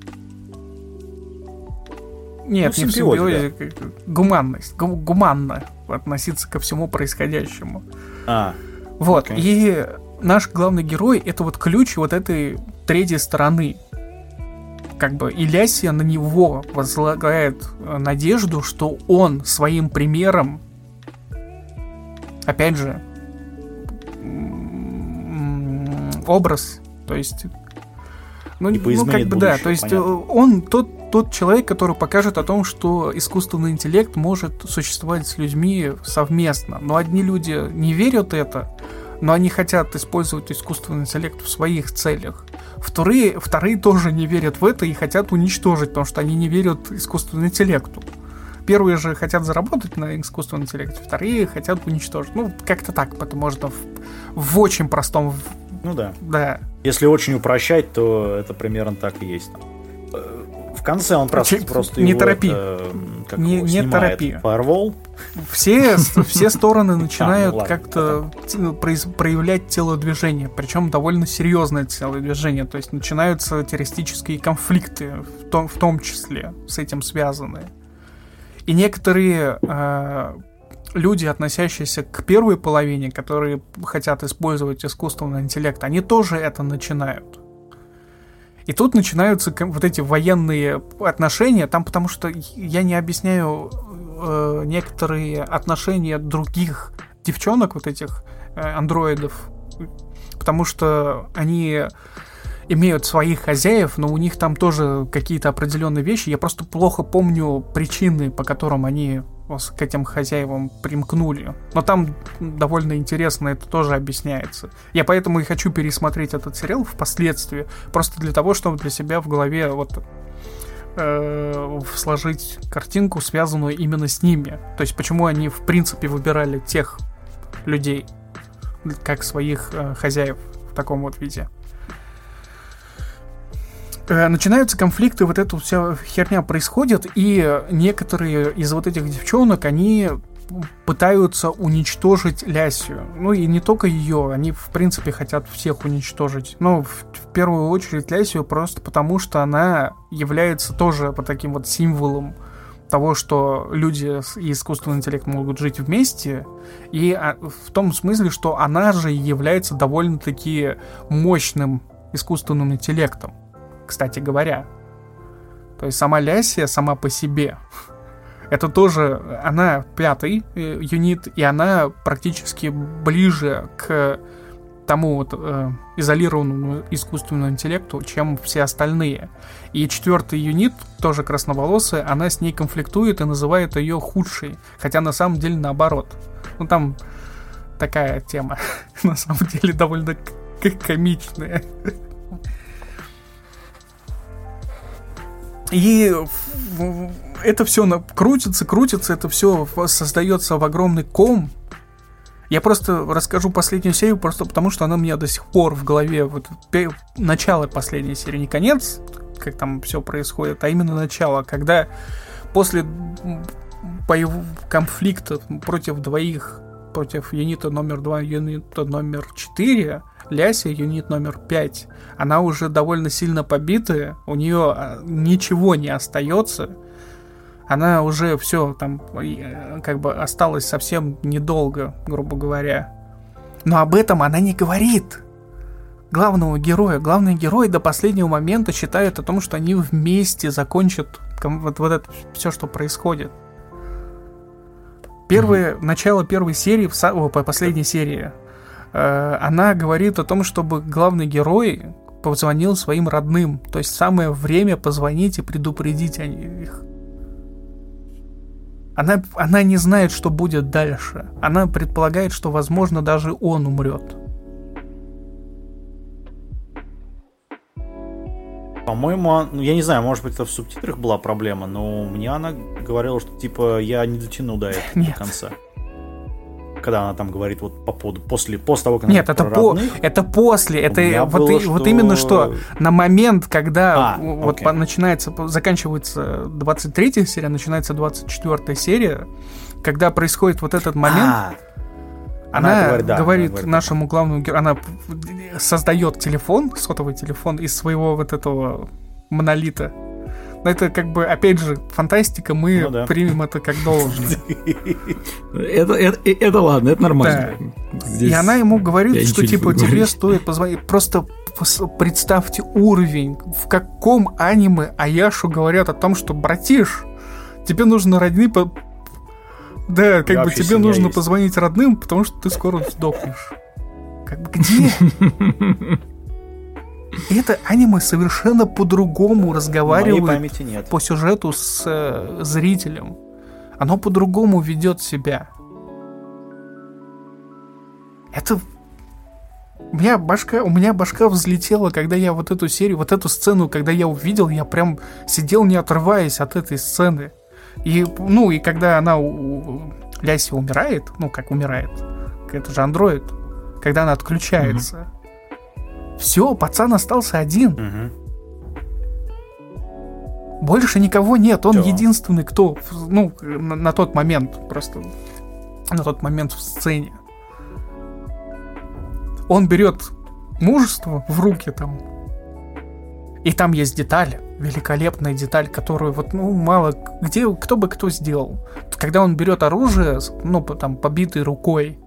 Нет, ну, не в симбиозе, да. Гуманность. Гу- гуманно относиться ко всему происходящему. А, вот, okay. и наш главный герой — это вот ключ вот этой третьей стороны. Как бы и Лясия на него возлагает надежду, что он своим примером, опять же, образ, то есть, ну, ну как бы да, то есть понятно. Он тот, тот человек, который покажет о том, что искусственный интеллект может существовать с людьми совместно. Но одни люди не верят в это, но они хотят использовать искусственный интеллект в своих целях. Вторые, вторые тоже не верят в это и хотят уничтожить, потому что они не верят искусственному интеллекту. Первые же хотят заработать на искусственном интеллекте, вторые хотят уничтожить. Ну, как-то так, это можно в, в очень простом... Ну да. Да. Если очень упрощать, то это примерно так и есть. В конце он просто, Ч- просто не его торопи. Это, как не, его не торопи. Firewall. Все, все стороны начинают а, ну как-то проявлять телодвижение, причем довольно серьезное телодвижение. То есть начинаются террористические конфликты, в том, в том числе с этим связаны. И некоторые э, люди, относящиеся к первой половине, которые хотят использовать искусственный интеллект, они тоже это начинают. И тут начинаются вот эти военные отношения, там потому что я не объясняю э, некоторые отношения других девчонок, вот этих э, андроидов, потому что они имеют своих хозяев, но у них там тоже какие-то определенные вещи. Я просто плохо помню причины, по которым они к этим хозяевам примкнули. Но там довольно интересно это тоже объясняется. Я поэтому и хочу пересмотреть этот сериал впоследствии, просто для того, чтобы для себя в голове вот э, сложить картинку, связанную именно с ними. То есть почему они в принципе выбирали тех людей как своих э, хозяев в таком вот виде. Начинаются конфликты, вот эта вся херня происходит, и некоторые из вот этих девчонок, они пытаются уничтожить Лясию. Ну и не только ее, они в принципе хотят всех уничтожить. Но в, в первую очередь Лясию просто потому, что она является тоже вот таким вот символом того, что люди и искусственный интеллект могут жить вместе, и в том смысле, что она же является довольно-таки мощным искусственным интеллектом. Кстати говоря. То есть сама Лясия сама по себе. Это тоже... Она пятый юнит, и она практически ближе к тому вот э, изолированному искусственному интеллекту, чем все остальные. И четвертый юнит, тоже красноволосая, она с ней конфликтует и называет ее худшей, хотя на самом деле наоборот. Ну там такая тема, на самом деле довольно к- комичная. И это все крутится, крутится, это все создается в огромный ком. Я просто расскажу последнюю серию, просто потому что она у меня до сих пор в голове. Вот, начало последней серии, не конец, как там все происходит, а именно начало, когда после боевого конфликта против двоих, против юнита номер два, юнита номер четыре, Ляся, юнит номер пять, она уже довольно сильно побитая, у нее ничего не остается. Она уже все там как бы осталось совсем недолго, грубо говоря. Но об этом она не говорит. Главного героя. Главный герой до последнего момента считает о том, что они вместе закончат вот, вот это все, что происходит. Первое, mm-hmm. начало первой серии, о, последней серии, э, она говорит о том, чтобы главный герой позвонил своим родным. То есть самое время позвонить и предупредить о них. Она, она не знает, что будет дальше. Она предполагает, что, возможно, даже он умрет. По-моему, я не знаю, может быть, это в субтитрах была проблема, но мне она говорила, что, типа, я не дотяну до этого Нет. до конца. Когда она там говорит вот по поводу, после, после того, как... Нет, это, по, это после, это вот, было, и, что... вот именно что, на момент, когда а, вот по, начинается, заканчивается двадцать третья серия, начинается двадцать четвёртая серия, когда происходит вот этот момент, а, она, она говорит, да, говорит она нашему говорит. главному герою, она создает телефон, сотовый телефон из своего вот этого монолита. Но это как бы, опять же, фантастика, мы ну, да. примем это как должное. Это, это, это ладно, это нормально. Да. Здесь и она ему говорит, что типа тебе стоит позвонить. Просто представьте уровень, в каком аниме Аяшу говорят о том, что, братиш, тебе нужно родни... По... Да, как бы тебе нужно есть. позвонить родным, потому что ты скоро сдохнешь. Как бы где? И это аниме совершенно по-другому разговаривает по сюжету с э, зрителем. Оно по-другому ведет себя. Это... У меня, башка, у меня башка взлетела, когда я вот эту серию, вот эту сцену, когда я увидел, я прям сидел, не отрываясь от этой сцены. И, ну, и когда она, у, у Ляси умирает, ну, как умирает, это же андроид, когда она отключается... Mm-hmm. Все, пацан остался один. Угу. Больше никого нет. Он Чё? единственный, кто, ну, на, на тот момент, просто на тот момент в сцене. Он берет мужество в руки там. И там есть деталь, великолепная деталь, которую вот, ну, мало где, кто бы кто сделал. Когда он берет оружие, ну, там, побитой рукой,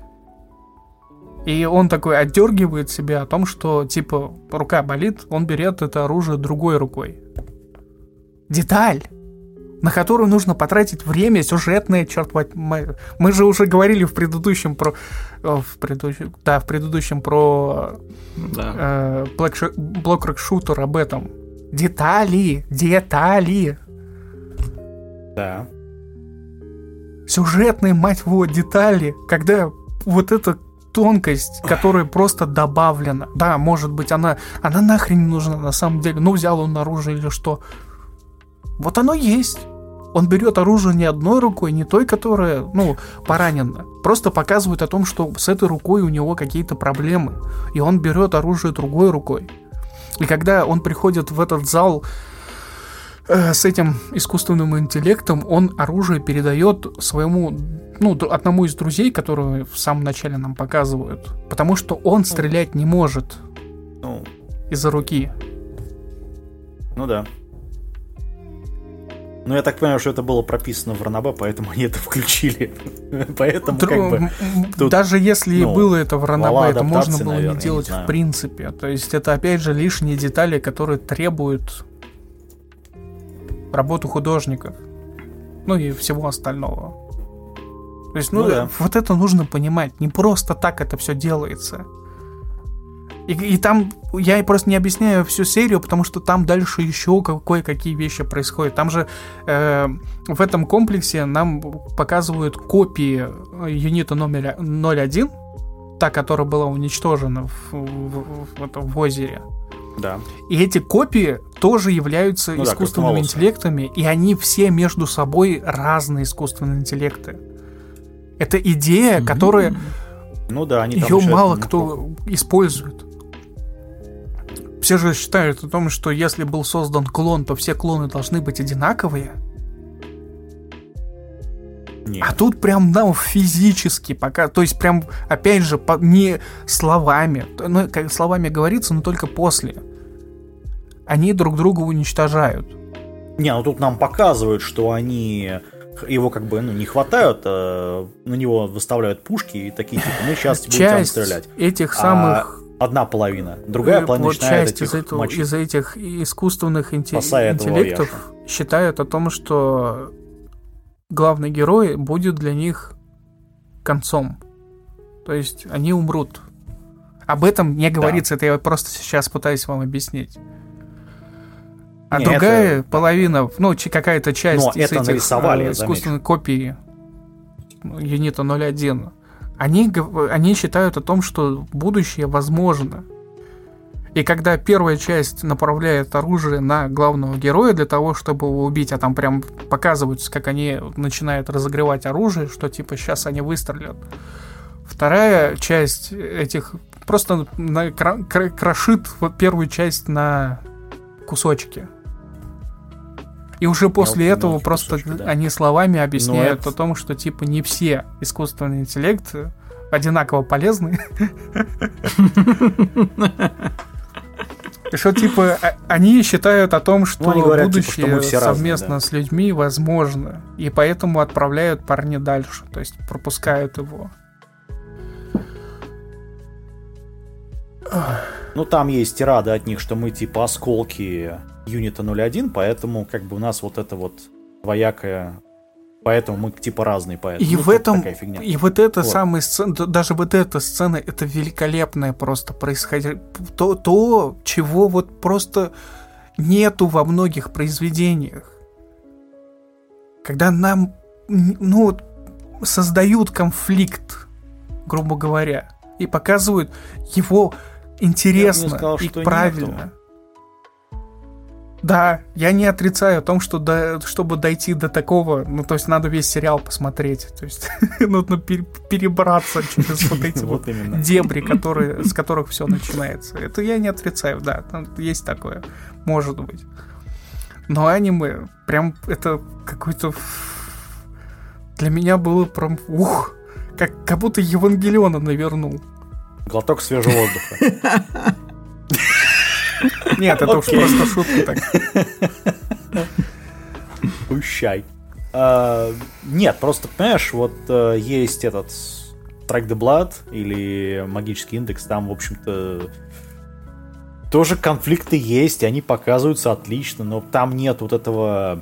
и он такой отдергивает себя о том, что, типа, рука болит, он берет это оружие другой рукой. Деталь, на которую нужно потратить время сюжетное, черт возьми. Мы же уже говорили в предыдущем про... В предыдущем, да, в предыдущем про... Да. Э, Блокрок-шутер об этом. Детали, детали. Да. Сюжетные, мать его, детали, когда вот это... тонкость, которая просто добавлена. Да, может быть, она, она нахрен не нужна на самом деле. Ну, взял он оружие или что. Вот оно есть. Он берет оружие не одной рукой, не той, которая, ну, поранена. Просто показывает о том, что с этой рукой у него какие-то проблемы. И он берет оружие другой рукой. И когда он приходит в этот зал э, с этим искусственным интеллектом, он оружие передает своему, ну, одному из друзей, которого в самом начале нам показывают. Потому что он стрелять не может ну, из-за руки. Ну да. Ну, я так понимаю, что это было прописано в Ранобэ, поэтому они это включили. Поэтому Дру... как бы... Тут, даже если ну, и было это в Ранобэ, это можно было наверное, не делать не в принципе. То есть это, опять же, лишние детали, которые требуют работу художников. Ну и всего остального. То есть, ну, ну да. Вот это нужно понимать. Не просто так это все делается. И, и там я просто не объясняю всю серию, потому что там дальше еще кое-какие вещи происходят. Там же э, в этом комплексе нам показывают копии юнита номер ноль один, та, которая была уничтожена в, в, в, в, в озере. Да. И эти копии тоже являются ну искусственными да, интеллектами, и они все между собой разные искусственные интеллекты. Это идея, mm-hmm. которая... Ну да, они ее мало кто использует. Все же считают о том, что если был создан клон, то все клоны должны быть одинаковые. Нет. А тут прям нам физически пока, то есть прям, опять же, по, не словами, ну, как словами говорится, но только после. Они друг друга уничтожают. Не, ну тут нам показывают, что они его как бы ну, не хватают, а на него выставляют пушки и такие типа, мы сейчас будем стрелять. Этих самых... А одна половина, другая половина вот начинает часть этих из, этого, из этих искусственных инте- Спасает интеллектов считают о том, что главный герой будет для них концом. То есть они умрут. Об этом не говорится, да. Это я просто сейчас пытаюсь вам объяснить. А не, другая это... половина, ну, какая-то часть Но из этих э, искусственной копий юнита ноль один, они, они считают о том, что будущее возможно. И когда первая часть направляет оружие на главного героя для того, чтобы его убить, а там прям показываются, как они начинают разогревать оружие, что типа сейчас они выстрелят. Вторая часть этих просто на, кра- кра- крошит первую часть на кусочки. И уже после мелкие, этого мелкие просто кусочки, да. Они словами объясняют это... о том, что типа не все искусственные интеллекты одинаково полезны. Что типа они считают о том, что будущее совместно с людьми возможно. И поэтому отправляют парня дальше. То есть пропускают его. Ну, там есть тирада от них, что мы типа осколки юнита ноль один, поэтому как бы у нас вот это вот двоякое, поэтому мы типа разные, поэтому и ну, в этом и вот эта вот. Самая сцена, даже вот эта сцена, это великолепное просто происходит, то, то, чего вот просто нету во многих произведениях, когда нам, ну, создают конфликт, грубо говоря, и показывают его интересно сказал, и правильно. Нету. Да, я не отрицаю о том, что до, чтобы дойти до такого, ну, то есть надо весь сериал посмотреть, то есть нужно пер, перебраться через вот эти вот дебри, которые, с которых все начинается. Это я не отрицаю, да, там есть такое, может быть. Но аниме, прям это какой-то... Для меня было прям, ух, как, как будто Евангелиона навернул. Глоток свежего воздуха. Нет, это уж просто шутка так. Пущай. А, нет, просто, понимаешь, вот а, есть этот Track the Blood или Магический индекс, там, в общем-то, тоже конфликты есть, и они показываются отлично, но там нет вот этого...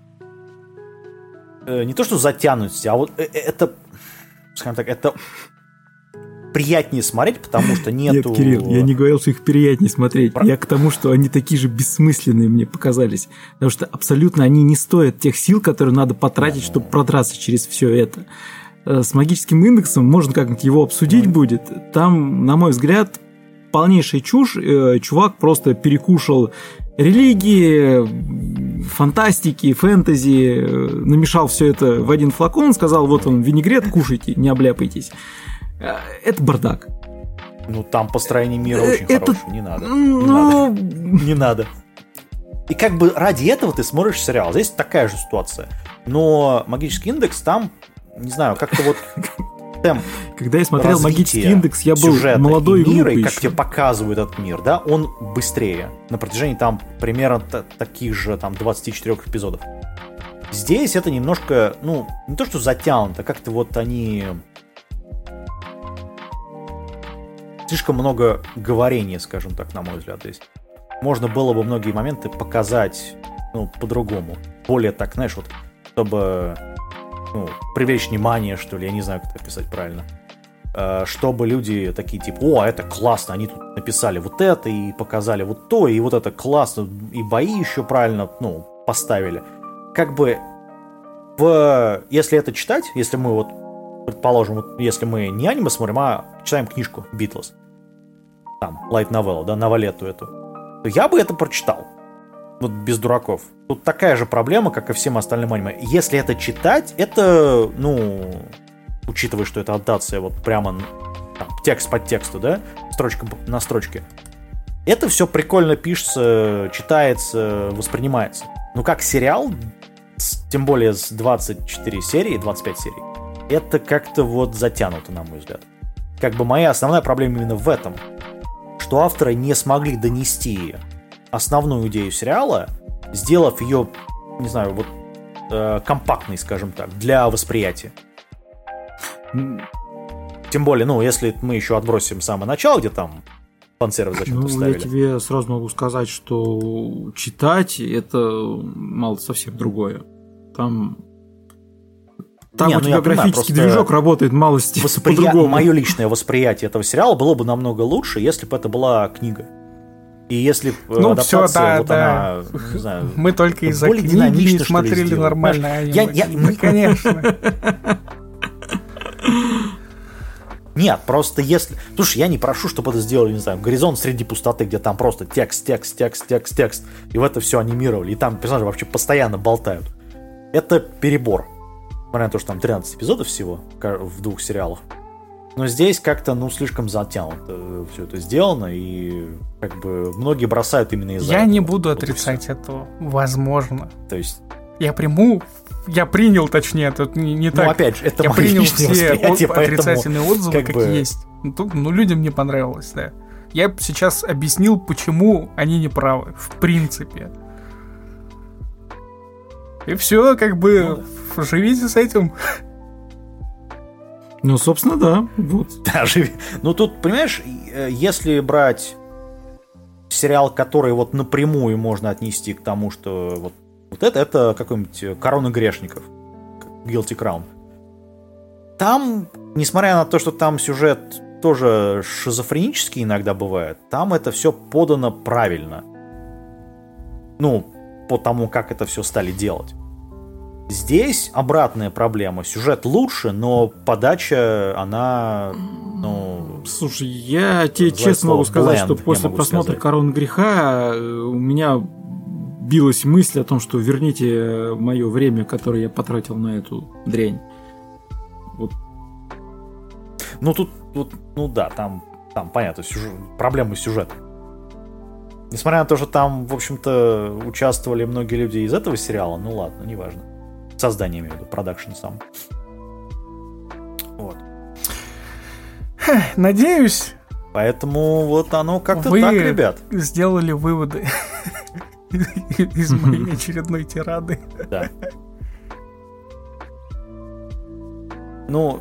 Э, не то, что затянутости, а вот э, это, скажем так, это... приятнее смотреть, потому что нету... Нет, Кирилл, я не говорил, что их приятнее смотреть. Про... Я к тому, что они такие же бессмысленные мне показались. Потому что абсолютно они не стоят тех сил, которые надо потратить, ну... чтобы продраться через все это. С магическим индексом можно как-нибудь его обсудить ну... будет. Там, на мой взгляд, полнейшая чушь. Чувак просто перекушал религии, фантастики, фэнтези, намешал все это в один флакон, сказал, вот он, винегрет, кушайте, не обляпайтесь. Это бардак. Ну, там построение мира очень это... хорошее. Не надо. Не Но... надо. Не надо. И как бы ради этого ты смотришь сериал. Здесь такая же ситуация. Но Магический индекс там, не знаю, как-то вот темп. Когда я смотрел Магический индекс, я был молодой и мира, и как тебе показывают этот мир, да, он быстрее. На протяжении там примерно т- таких же там двадцать четыре эпизодов. Здесь это немножко, ну, не то что затянуто, как-то вот они... Слишком много говорения, скажем так, на мой взгляд, здесь. Можно было бы многие моменты показать, ну, по-другому. Более так, знаешь, вот, чтобы, ну, привлечь внимание, что ли, я не знаю, как это описать правильно. чтобы люди такие, типа, о, это классно, они тут написали вот это и показали вот то, и вот это классно, и бои еще правильно, ну, поставили. Как бы, в... если это читать, если мы вот, предположим, вот, если мы не аниме смотрим, а читаем книжку Beatles, там, light novel, да, новеллету эту, то я бы это прочитал. Вот без дураков. Тут такая же проблема, как и всем остальным аниме. Если это читать, это, ну... учитывая, что это адаптация вот прямо там, текст под тексту, да, строчка на строчке, это все прикольно пишется, читается, воспринимается. Но как сериал, тем более с двадцать четыре серии, двадцать пять серий, это как-то вот затянуто, на мой взгляд. Как бы моя основная проблема именно в этом, что авторы не смогли донести основную идею сериала, сделав ее, не знаю, вот э, компактной, скажем так, для восприятия. Тем более, ну, если мы еще отбросим самое начало, где там фан-сервис зачем-то ну, вставили. Я тебе сразу могу сказать, что читать это мало совсем другое. Там, там Не, у ну, тебя графический движок работает малости восприя... по-другому. Мое личное восприятие этого сериала было бы намного лучше, если бы это была книга. И если ну, адаптация, все, да, вот да. она, не знаю, мы только из-за книги не смотрели нормально аниме. Я, я... Мы, конечно. Нет, просто если... Слушай, я не прошу, чтобы это сделали, не знаю, «Горизонт среди пустоты», где там просто текст, текст, текст, текст, текст, и в это все анимировали, и там персонажи вообще постоянно болтают. Это перебор. Несмотря на то, что там тринадцать эпизодов всего в двух сериалах. Но здесь как-то, ну, слишком затянуто все это сделано, и как бы многие бросают именно из-за Я этого. не буду вот отрицать этого. Возможно. То есть... Я приму... Я принял, точнее, тут не, не ну, так. опять же, это я принял все от, поэтому, отрицательные отзывы, как, как бы... бы... есть. Ну, тут, ну, людям не понравилось, да. Я сейчас объяснил, почему они не правы, в принципе. И все, как бы, ну, да. Живите с этим. Ну, собственно, да. Вот. Да, живи. Ну, тут, понимаешь, если брать сериал, который вот напрямую можно отнести к тому, что вот Вот это, это какой-нибудь «Корона грешников», Guilty Crown. Там, несмотря на то, что там сюжет тоже шизофренический иногда бывает, там это все подано правильно. Ну, по тому, как это все стали делать. Здесь обратная проблема. Сюжет лучше, но подача, она, ну... Слушай, я тебе честно могу сказать, что после просмотра «Короны греха» у меня... билась мысль о том, что верните мое время, которое я потратил на эту дрянь. Вот. Ну тут, тут, ну да, там, там понятно, сюжет, проблемы с сюжетом. Несмотря на то, что там, в общем-то, участвовали многие люди из этого сериала, ну ладно, неважно. Создание, имею в виду, продакшн сам. Вот. Надеюсь. Поэтому вот оно как-то вы так, ребят. Сделали выводы из моей очередной тирады. Да. Ну,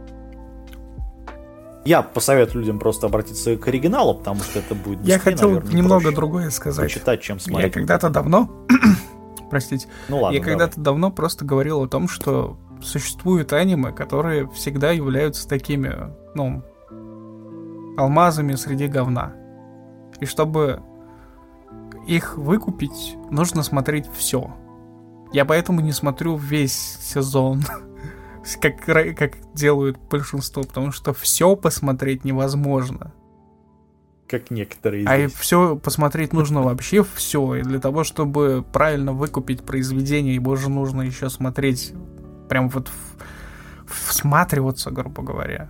я посоветую людям просто обратиться к оригиналу, потому что это будет быстрее, я хотел наверное, немного другое сказать. Почитать, чем смотреть. Я когда-то давно, простите, ну, ладно, я когда-то давно просто говорил о том, что существуют аниме, которые всегда являются такими, ну, алмазами среди говна. И чтобы их выкупить, нужно смотреть все. Я поэтому не смотрю весь сезон, как, как делают большинство, потому что все посмотреть невозможно. Как некоторые а здесь. А все посмотреть нужно вообще все. И для того, чтобы правильно выкупить произведение, его же нужно еще смотреть, прям вот в, всматриваться, грубо говоря.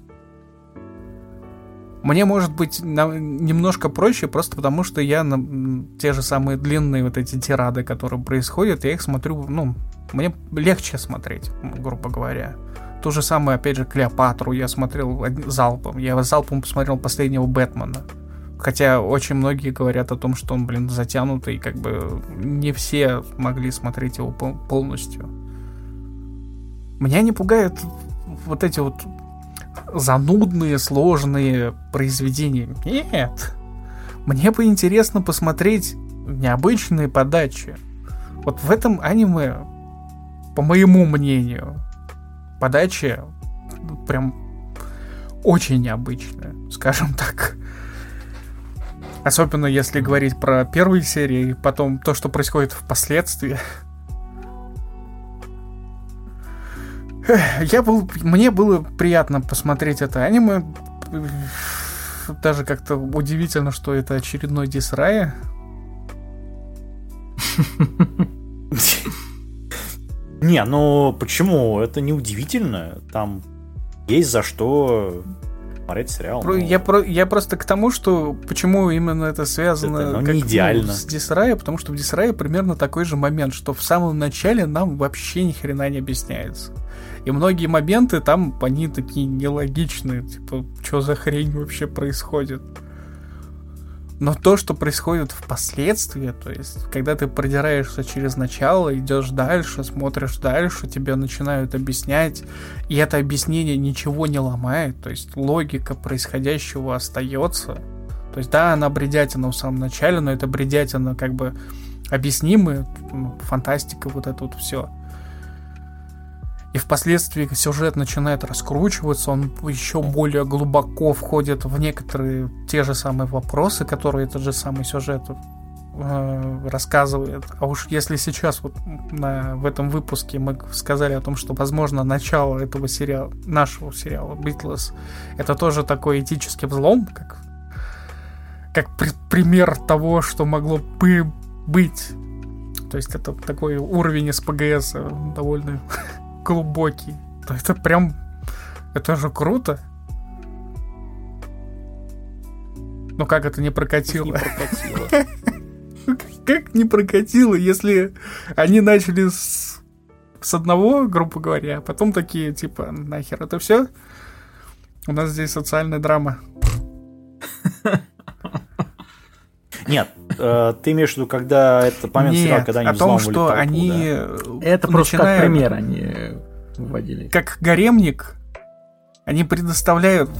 Мне, может быть, на, немножко проще, просто потому что я на те же самые длинные вот эти тирады, которые происходят, я их смотрю, ну, мне легче смотреть, грубо говоря. То же самое, опять же, Клеопатру я смотрел залпом. Я залпом посмотрел последнего Бэтмена. Хотя очень многие говорят о том, что он, блин, затянутый, и как бы не все могли смотреть его полностью. Меня не пугают вот эти вот занудные, сложные произведения. Нет. Мне бы интересно посмотреть необычные подачи. Вот в этом аниме, по моему мнению, подача прям очень необычное, скажем так. Особенно если говорить про первые серии и потом то, что происходит впоследствии. Я был, мне было приятно посмотреть это аниме. Даже как-то удивительно, что это очередной Дисрая. Не, ну почему? Это не удивительно. Там есть за что смотреть сериал. Про, но... я, про, я просто к тому, что почему именно это связано это, ну, как, не идеально. Ну, с Дисрая, потому что в Дисрае примерно такой же момент, что в самом начале нам вообще ни хрена не объясняется. И многие моменты там, они такие нелогичные. Типа, что за хрень вообще происходит? Но то, что происходит впоследствии, то есть, когда ты продираешься через начало, идешь дальше, смотришь дальше, тебе начинают объяснять, и это объяснение ничего не ломает, то есть логика происходящего остается. То есть, да, она бредятина в самом начале, но это бредятина как бы объяснимая, ну, фантастика, вот это вот все. И впоследствии сюжет начинает раскручиваться, он еще более глубоко входит в некоторые те же самые вопросы, которые этот же самый сюжет э, рассказывает. А уж если сейчас вот на, в этом выпуске мы сказали о том, что, возможно, начало этого сериала, нашего сериала Beatles, это тоже такой этический взлом, как, как при, пример того, что могло бы быть. То есть это такой уровень СПГС довольно... глубокий, то это прям, это же круто. Ну как это не прокатило? Не прокатило. Как не прокатило, если они начали с, с одного, грубо говоря, а потом такие, типа, нахер это все? У нас здесь социальная драма. Нет, э, ты имеешь в виду, когда это момент Нет, сериала, когда они о том, взламывали что толпу, они да? Это просто начинают, как пример они вводили. Как гаремник, они предоставляют...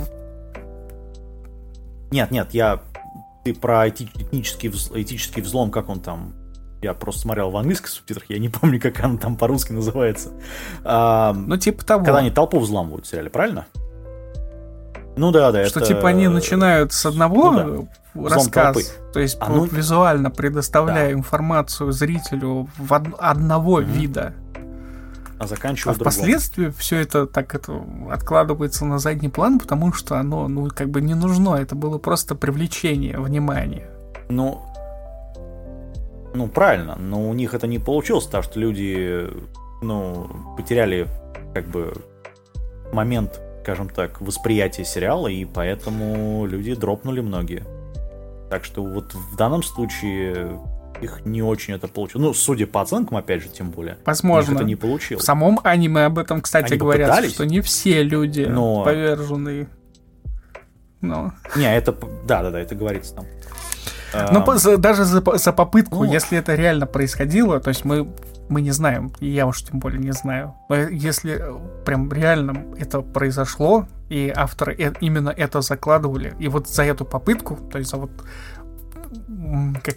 Нет, нет, я... Ты про эти... этнический, вз... этический взлом, как он там... Я просто смотрел в английских субтитрах, я не помню, как он там по-русски называется. А, ну, типа того. Когда они толпу взламывают в сериале, правильно? Ну да, да. Что это... типа они начинают с одного ну, да. рассказа, то есть а ну... визуально предоставляя да. информацию зрителю в од... одного mm-hmm. вида. А заканчивают а впоследствии все это так это откладывается на задний план, потому что оно ну как бы не нужно, это было просто привлечение внимания. Ну, ну правильно, но у них это не получилось, потому что люди ну потеряли как бы момент, скажем так, восприятия сериала, и поэтому люди дропнули многие. Так что вот в данном случае их не очень это получилось. Ну, судя по оценкам, опять же, тем более. Возможно. Это не получилось. В самом аниме об этом, кстати, они говорят, попытались, что не все люди но... повержены. Но... Не, это... Да-да-да, это говорится там. Но а... даже за, за попытку, ну... если это реально происходило, то есть мы, мы не знаем, и я уж тем более не знаю, но если прям реально это произошло, и авторы именно это закладывали, и вот за эту попытку, то есть за вот... как...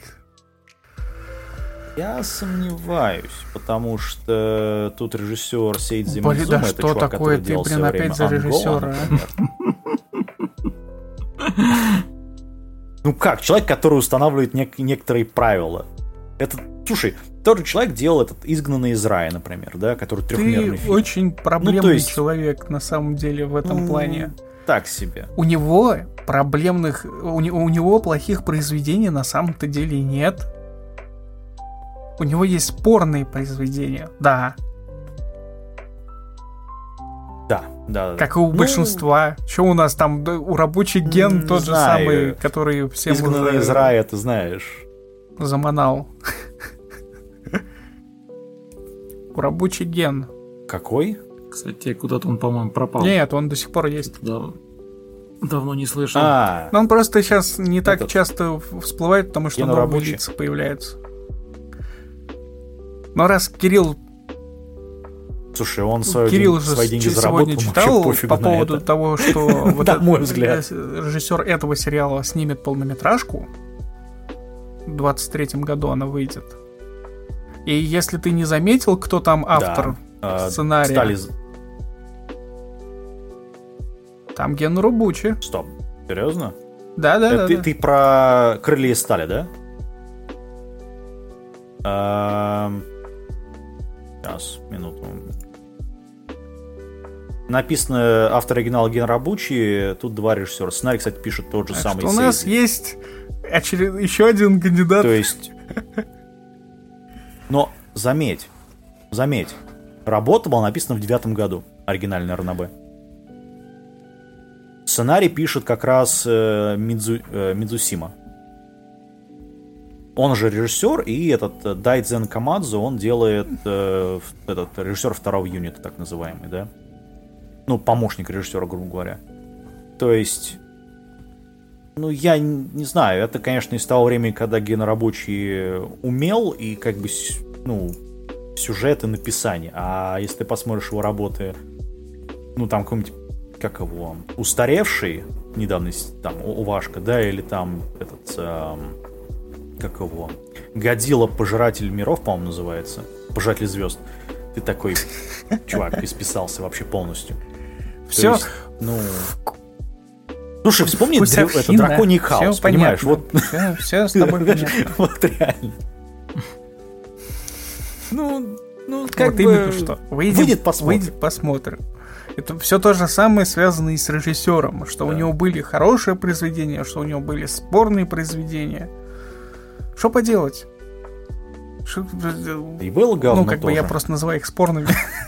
Я сомневаюсь, потому что тут режиссер Сейдзи Мидзума, да это что чувак, такое, который ты, делал блин, все опять время за режиссера, Ну как, человек, который устанавливает нек- некоторые правила. Это, слушай, тот же человек делал этот «Изгнанный из рая», например, да, который трехмерный ты фильм. очень проблемный ну, есть... человек, на самом деле, в этом ну, плане. Так себе. У него проблемных, у, не, у него плохих произведений на самом-то деле нет. У него есть спорные произведения, да. Да, да, да. Как и у ну, большинства. Что у нас там, у рабочий ген тот же знаю. самый, который всем «Изгнанный из рая», ты знаешь. Заманал. У рабочий ген. Какой? Кстати, куда-то он, по-моему, пропал. Нет, он до сих пор есть. Да. Давно не слышал. А, Но он просто сейчас не так этот... часто всплывает, потому что Гену новые рабочий. лица появляются. Но раз Кирилл... Слушай, он свои, Кирилл деньги, же свои деньги сегодня читал по поводу того, что вот на мой взгляд режиссер этого сериала снимет полнометражку. В двадцать третьем году она выйдет. И если ты не заметил, кто там автор да. сценария... Стали... Там Ген Робучи. Стоп, серьезно? Да, да, да. Ты, да. ты про «Крылья из стали», да? А... Сейчас, минуту. Написано автор оригинала Ген Робучи, тут два режиссера. Сценарий, кстати, пишет тот же а самый что у нас Сейзи. есть очеред... еще один кандидат. То есть... Но заметь, заметь, работа была написана в девятом году, оригинальная РНБ. Сценарий пишет как раз э, Мидзу, э, Мидзусима. Он же режиссер, и этот э, Дайдзен Камадзу, он делает э, этот режиссер второго юнита, так называемый, да? Ну, помощник режиссера, грубо говоря. То есть, ну, я не, не знаю, это, конечно, из того времени, когда Ген Робучи умел, и как бы, ну, сюжет и написание. А если ты посмотришь его работы, ну, там какой-нибудь, как его, устаревший, недавно, там, Увашка, да, или там этот... Эм, как его, Годзилла Пожиратель миров, по-моему, называется, Пожиратель звезд. Ты такой, чувак, исписался вообще полностью. Все. Есть, ну, слушай, вспомни Вкусовщина. др... это драконий хаос, Всё понимаешь? понятно. Вот, все, все с тобой понятно. вот реально. Ну, ну, как Вот бы... именно что. Выйдем, Выйдет, посмотрим. Выйдет, посмотрим. Это все то же самое, связанное и с режиссером, что Да. у него были хорошие произведения, что у него были спорные произведения. Что поделать? Шо... И было говно Ну, как тоже. бы я просто называю их спорными.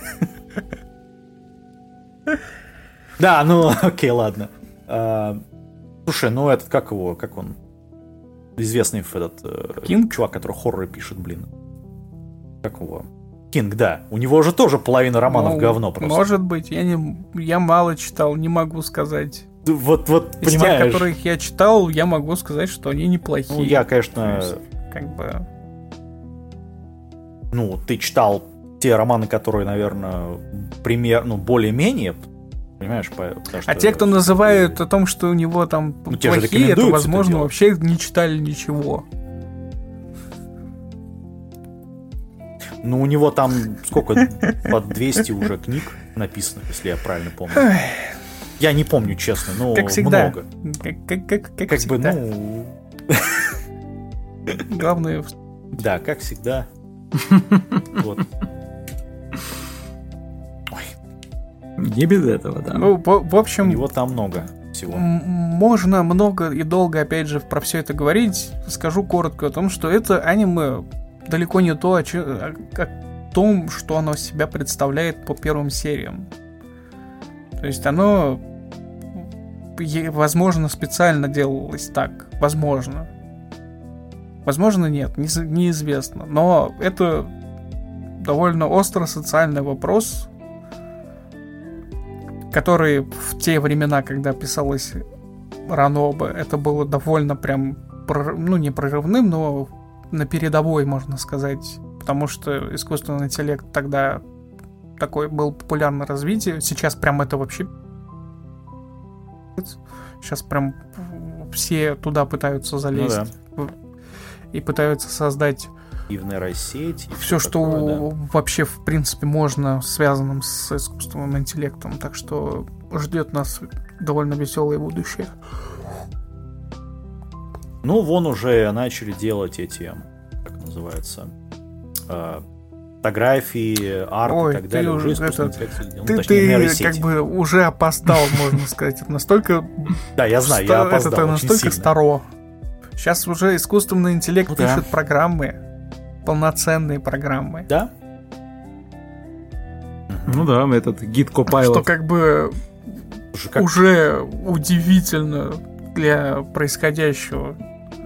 Да, ну, окей, ладно. А, слушай, ну этот, как его, как он? Известный этот э, Кинг? чувак, который хорроры пишет, блин. Как его? Кинг, да. У него же тоже половина романов Ну, говно просто. Может быть, я, не, я мало читал, не могу сказать. Вот, вот, Из понимаешь. тех, которых я читал, я могу сказать, что они неплохие. Ну, я, конечно, То есть, как бы... ну, ты читал те романы, которые, наверное, пример, ну, более-менее, понимаешь, по- потому что... А те, кто называют о том, что у него там Ну, те же плохие, это, рекомендуют возможно, это делать. вообще не читали ничего. Ну, у него там сколько, под двести уже книг написано, если я правильно помню. Я не помню, честно, но Как всегда. много. Как, как, как, как Как всегда. бы, ну... Главное, Да, как всегда. Вот. Не без этого, да. ну, в, в У общем, него там много всего. м- можно много и долго, опять же, про все это говорить. Скажу коротко о том, что это аниме далеко не то, о, че- о- о том, что оно себя представляет по первым сериям. То есть оно, е- возможно, специально делалось так. Возможно. Возможно, нет, не- неизвестно. Но это довольно остро социальный вопрос, который в те времена, когда писалось Ранобе, это было довольно прям, прор- ну, не прорывным, но на передовой, можно сказать. Потому что искусственный интеллект тогда такое было популярное развитие. Сейчас прям это вообще... Сейчас прям все туда пытаются залезть. И пытаются создать И в нейросеть. и все, что такое, да. вообще, в принципе, можно, связанным с искусственным интеллектом. Так что ждет нас довольно веселое будущее. Ну, вон уже начали делать эти, как называется, э, фотографии, арт Ой, и так ты далее. уже Уже искусственный это- интеллект делал. Ну, Ты, точнее, ты нейросети. как бы уже опоздал, можно сказать. Это настолько, Да, я знаю, ста- я опоздал это очень настолько сильно. старо. Сейчас уже искусственный интеллект Ну да. пишет программы, полноценные программы. Да? Ну да, этот гид Что Copilot. как бы Слушай, как- уже удивительно для происходящего.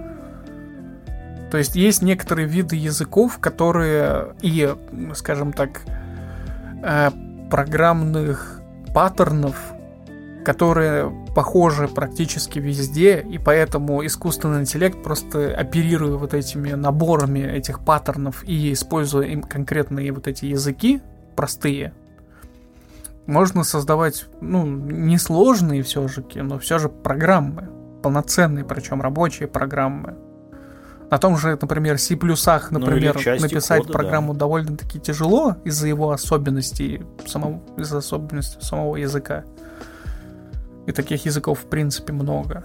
То есть есть некоторые виды языков, которые и, скажем так, э, программных паттернов, которые похожи практически везде, и поэтому искусственный интеллект, просто оперируя вот этими наборами этих паттернов и используя им конкретные вот эти языки простые, можно создавать, ну, несложные все же, но все же программы, полноценные, причем рабочие программы. На том же, например, C++, например, или части написать кода, программу довольно-таки тяжело из-за его особенностей, самого, из-за особенностей самого языка. И таких языков, в принципе, много.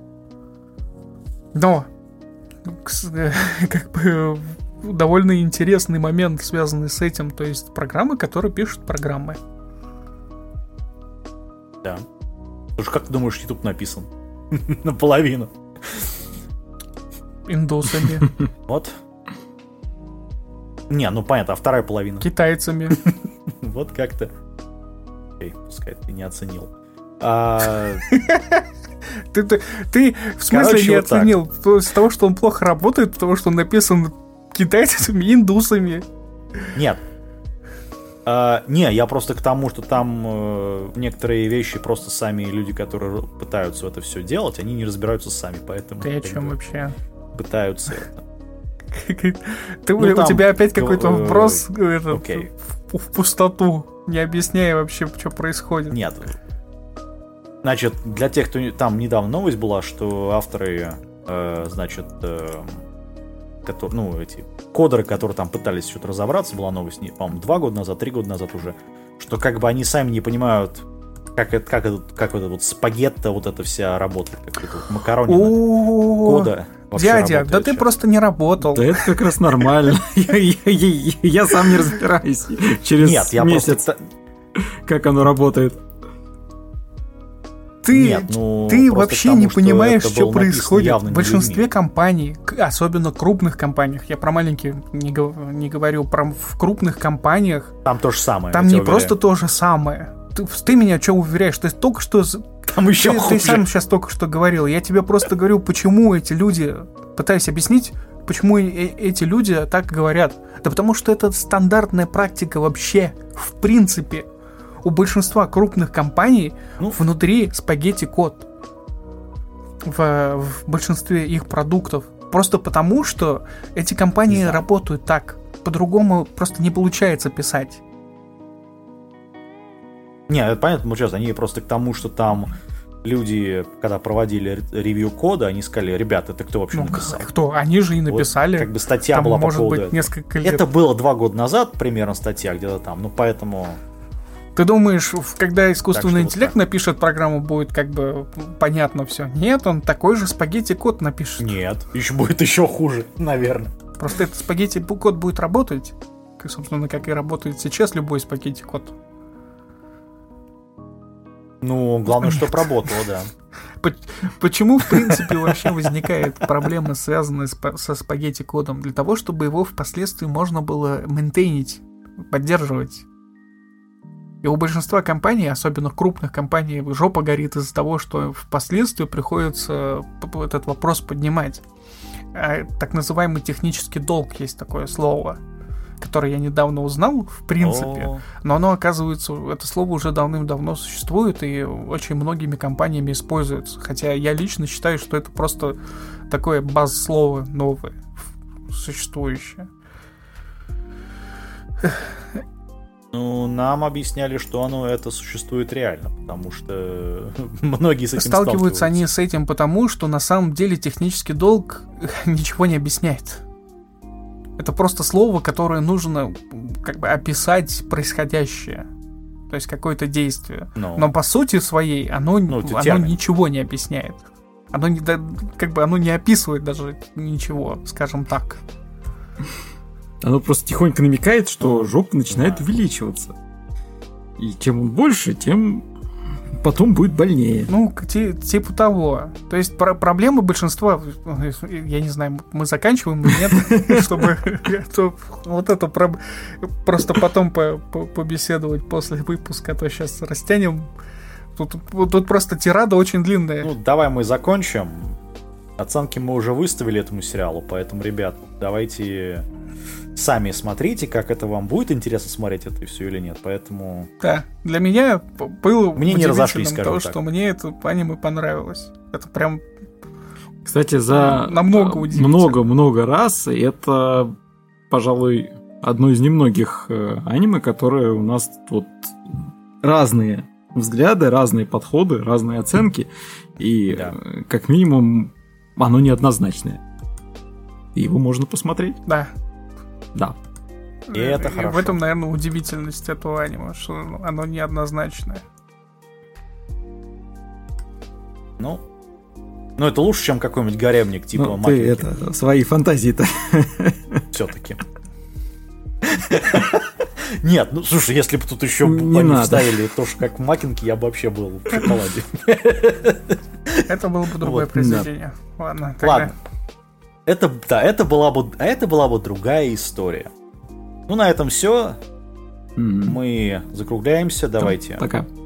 Но, как бы, довольно интересный момент, связанный с этим. То есть, программы, которые пишут программы. Да. Слушай, как ты думаешь, YouTube написан? Наполовину. Индусами. Вот. Не, ну понятно, а вторая половина? Китайцами. Вот как-то. Эй, пускай ты не оценил. А... Ты, ты, ты в смысле Короче, не вот оценил? Так. С того, что он плохо работает, потому что он написан китайцами и индусами. Нет. А, не, я просто к тому, что там э, некоторые вещи просто сами люди, которые пытаются это все делать, они не разбираются сами, поэтому... Ты о чем вообще? Пытаются это. Ты, ну, у там, тебя опять какой-то э, вопрос э, этот, в, в пустоту, не объясняя вообще, что происходит. Нет. Значит, для тех, кто там недавно новость была, что авторы, э, значит, э, которые, ну, эти кодеры, которые там пытались что-то разобраться, была новость, по-моему, два года назад, три года назад уже, что как бы они сами не понимают, как это, как это, как это вот спагетта, вот эта вся работает, как это вот макаронина кода. Дядя, да ты просто не работал. Да это как раз нормально. Я сам не разбираюсь через месяц, как оно работает. Ты, Нет, ну, ты вообще тому, не понимаешь, что, что происходит в большинстве людьми. компаний, особенно крупных компаниях. Я про маленькие не, не говорю, про в крупных компаниях. Там то же самое. Там не уверяю. Просто то же самое. Ты, ты меня что уверяешь? Ты только что... Там еще ты, хуже. Ты сам сейчас только что говорил. Я тебе просто говорю, почему эти люди... Пытаюсь объяснить, почему э- эти люди так говорят. Да потому что это стандартная практика вообще, в принципе. У большинства крупных компаний ну, внутри спагетти-код в, в большинстве их продуктов. Просто потому, что эти компании работают так. По-другому просто не получается писать. Не, это понятно, ну, сейчас они просто к тому, что там люди, когда проводили ревью кода, они сказали, ребята, это кто вообще ну, написал? Кто? Они же и написали. Вот, как бы статья там была может по поводу быть этого. Несколько лет. Это было два года назад примерно статья где-то там, ну поэтому... Ты думаешь, когда искусственный так, интеллект вот напишет программу, будет как бы понятно все? Нет, он такой же спагетти-код напишет. Нет, еще будет еще хуже, наверное. Просто этот спагетти-код будет работать, собственно, как и работает сейчас любой спагетти-код. Ну, главное, чтобы работало, да. Почему, в принципе, вообще возникает проблема, связанная со спагетти-кодом? Для того, чтобы его впоследствии можно было мейнтейнить, поддерживать. И у большинства компаний, особенно крупных компаний, жопа горит из-за того, что впоследствии приходится этот вопрос поднимать. А так называемый технический долг, есть такое слово, которое я недавно узнал, в принципе. О-о-о. Но оно, оказывается, это слово уже давным-давно существует и очень многими компаниями используется. Хотя я лично считаю, что это просто такое баз-слово новое, существующее. Ну, нам объясняли, что оно это существует реально, потому что многие с этим сталкиваются. Сталкиваются они с этим потому, что на самом деле технический долг ничего не объясняет. Это просто слово, которое нужно как бы описать происходящее. То есть какое-то действие. No. Но по сути своей оно, ну, оно ничего не объясняет. Оно не, как бы оно не описывает даже ничего, скажем так. Оно просто тихонько намекает, что жопа начинает да. увеличиваться. И чем он больше, тем потом будет больнее. Ну, т- типа того. То есть про- проблема большинства, я не знаю, мы заканчиваем или нет, чтобы вот это просто потом побеседовать после выпуска, а то сейчас растянем. Тут просто тирада очень длинная. Ну, давай мы закончим. Оценки мы уже выставили этому сериалу, поэтому, ребят, давайте... Сами смотрите, как это вам будет интересно смотреть это и все или нет, поэтому... Да, для меня было мне не разошлись, скажем то, так. что мне это аниме понравилось. Это прям... Кстати, за намного много-много раз это, пожалуй, одно из немногих аниме, которые у нас вот разные взгляды, разные подходы, разные оценки, и да. как минимум оно неоднозначное. И его можно посмотреть. Да. Да. И это и хорошо. В этом, наверное, удивительность этого аниме, что оно неоднозначное. Ну, ну это лучше, чем какой-нибудь гаремник типа ну, Макинки. Ты это, свои фантазии-то. Все-таки. Нет, ну слушай, если бы тут еще не вставили то, что как в Макинке, я бы вообще был в шоколаде. Это было бы другое Вот, произведение. Да. Ладно, тогда... Ладно. Это, да, это была бы, а это была бы другая история. Ну, на этом все. Mm-hmm. Мы закругляемся. Давайте. Пока.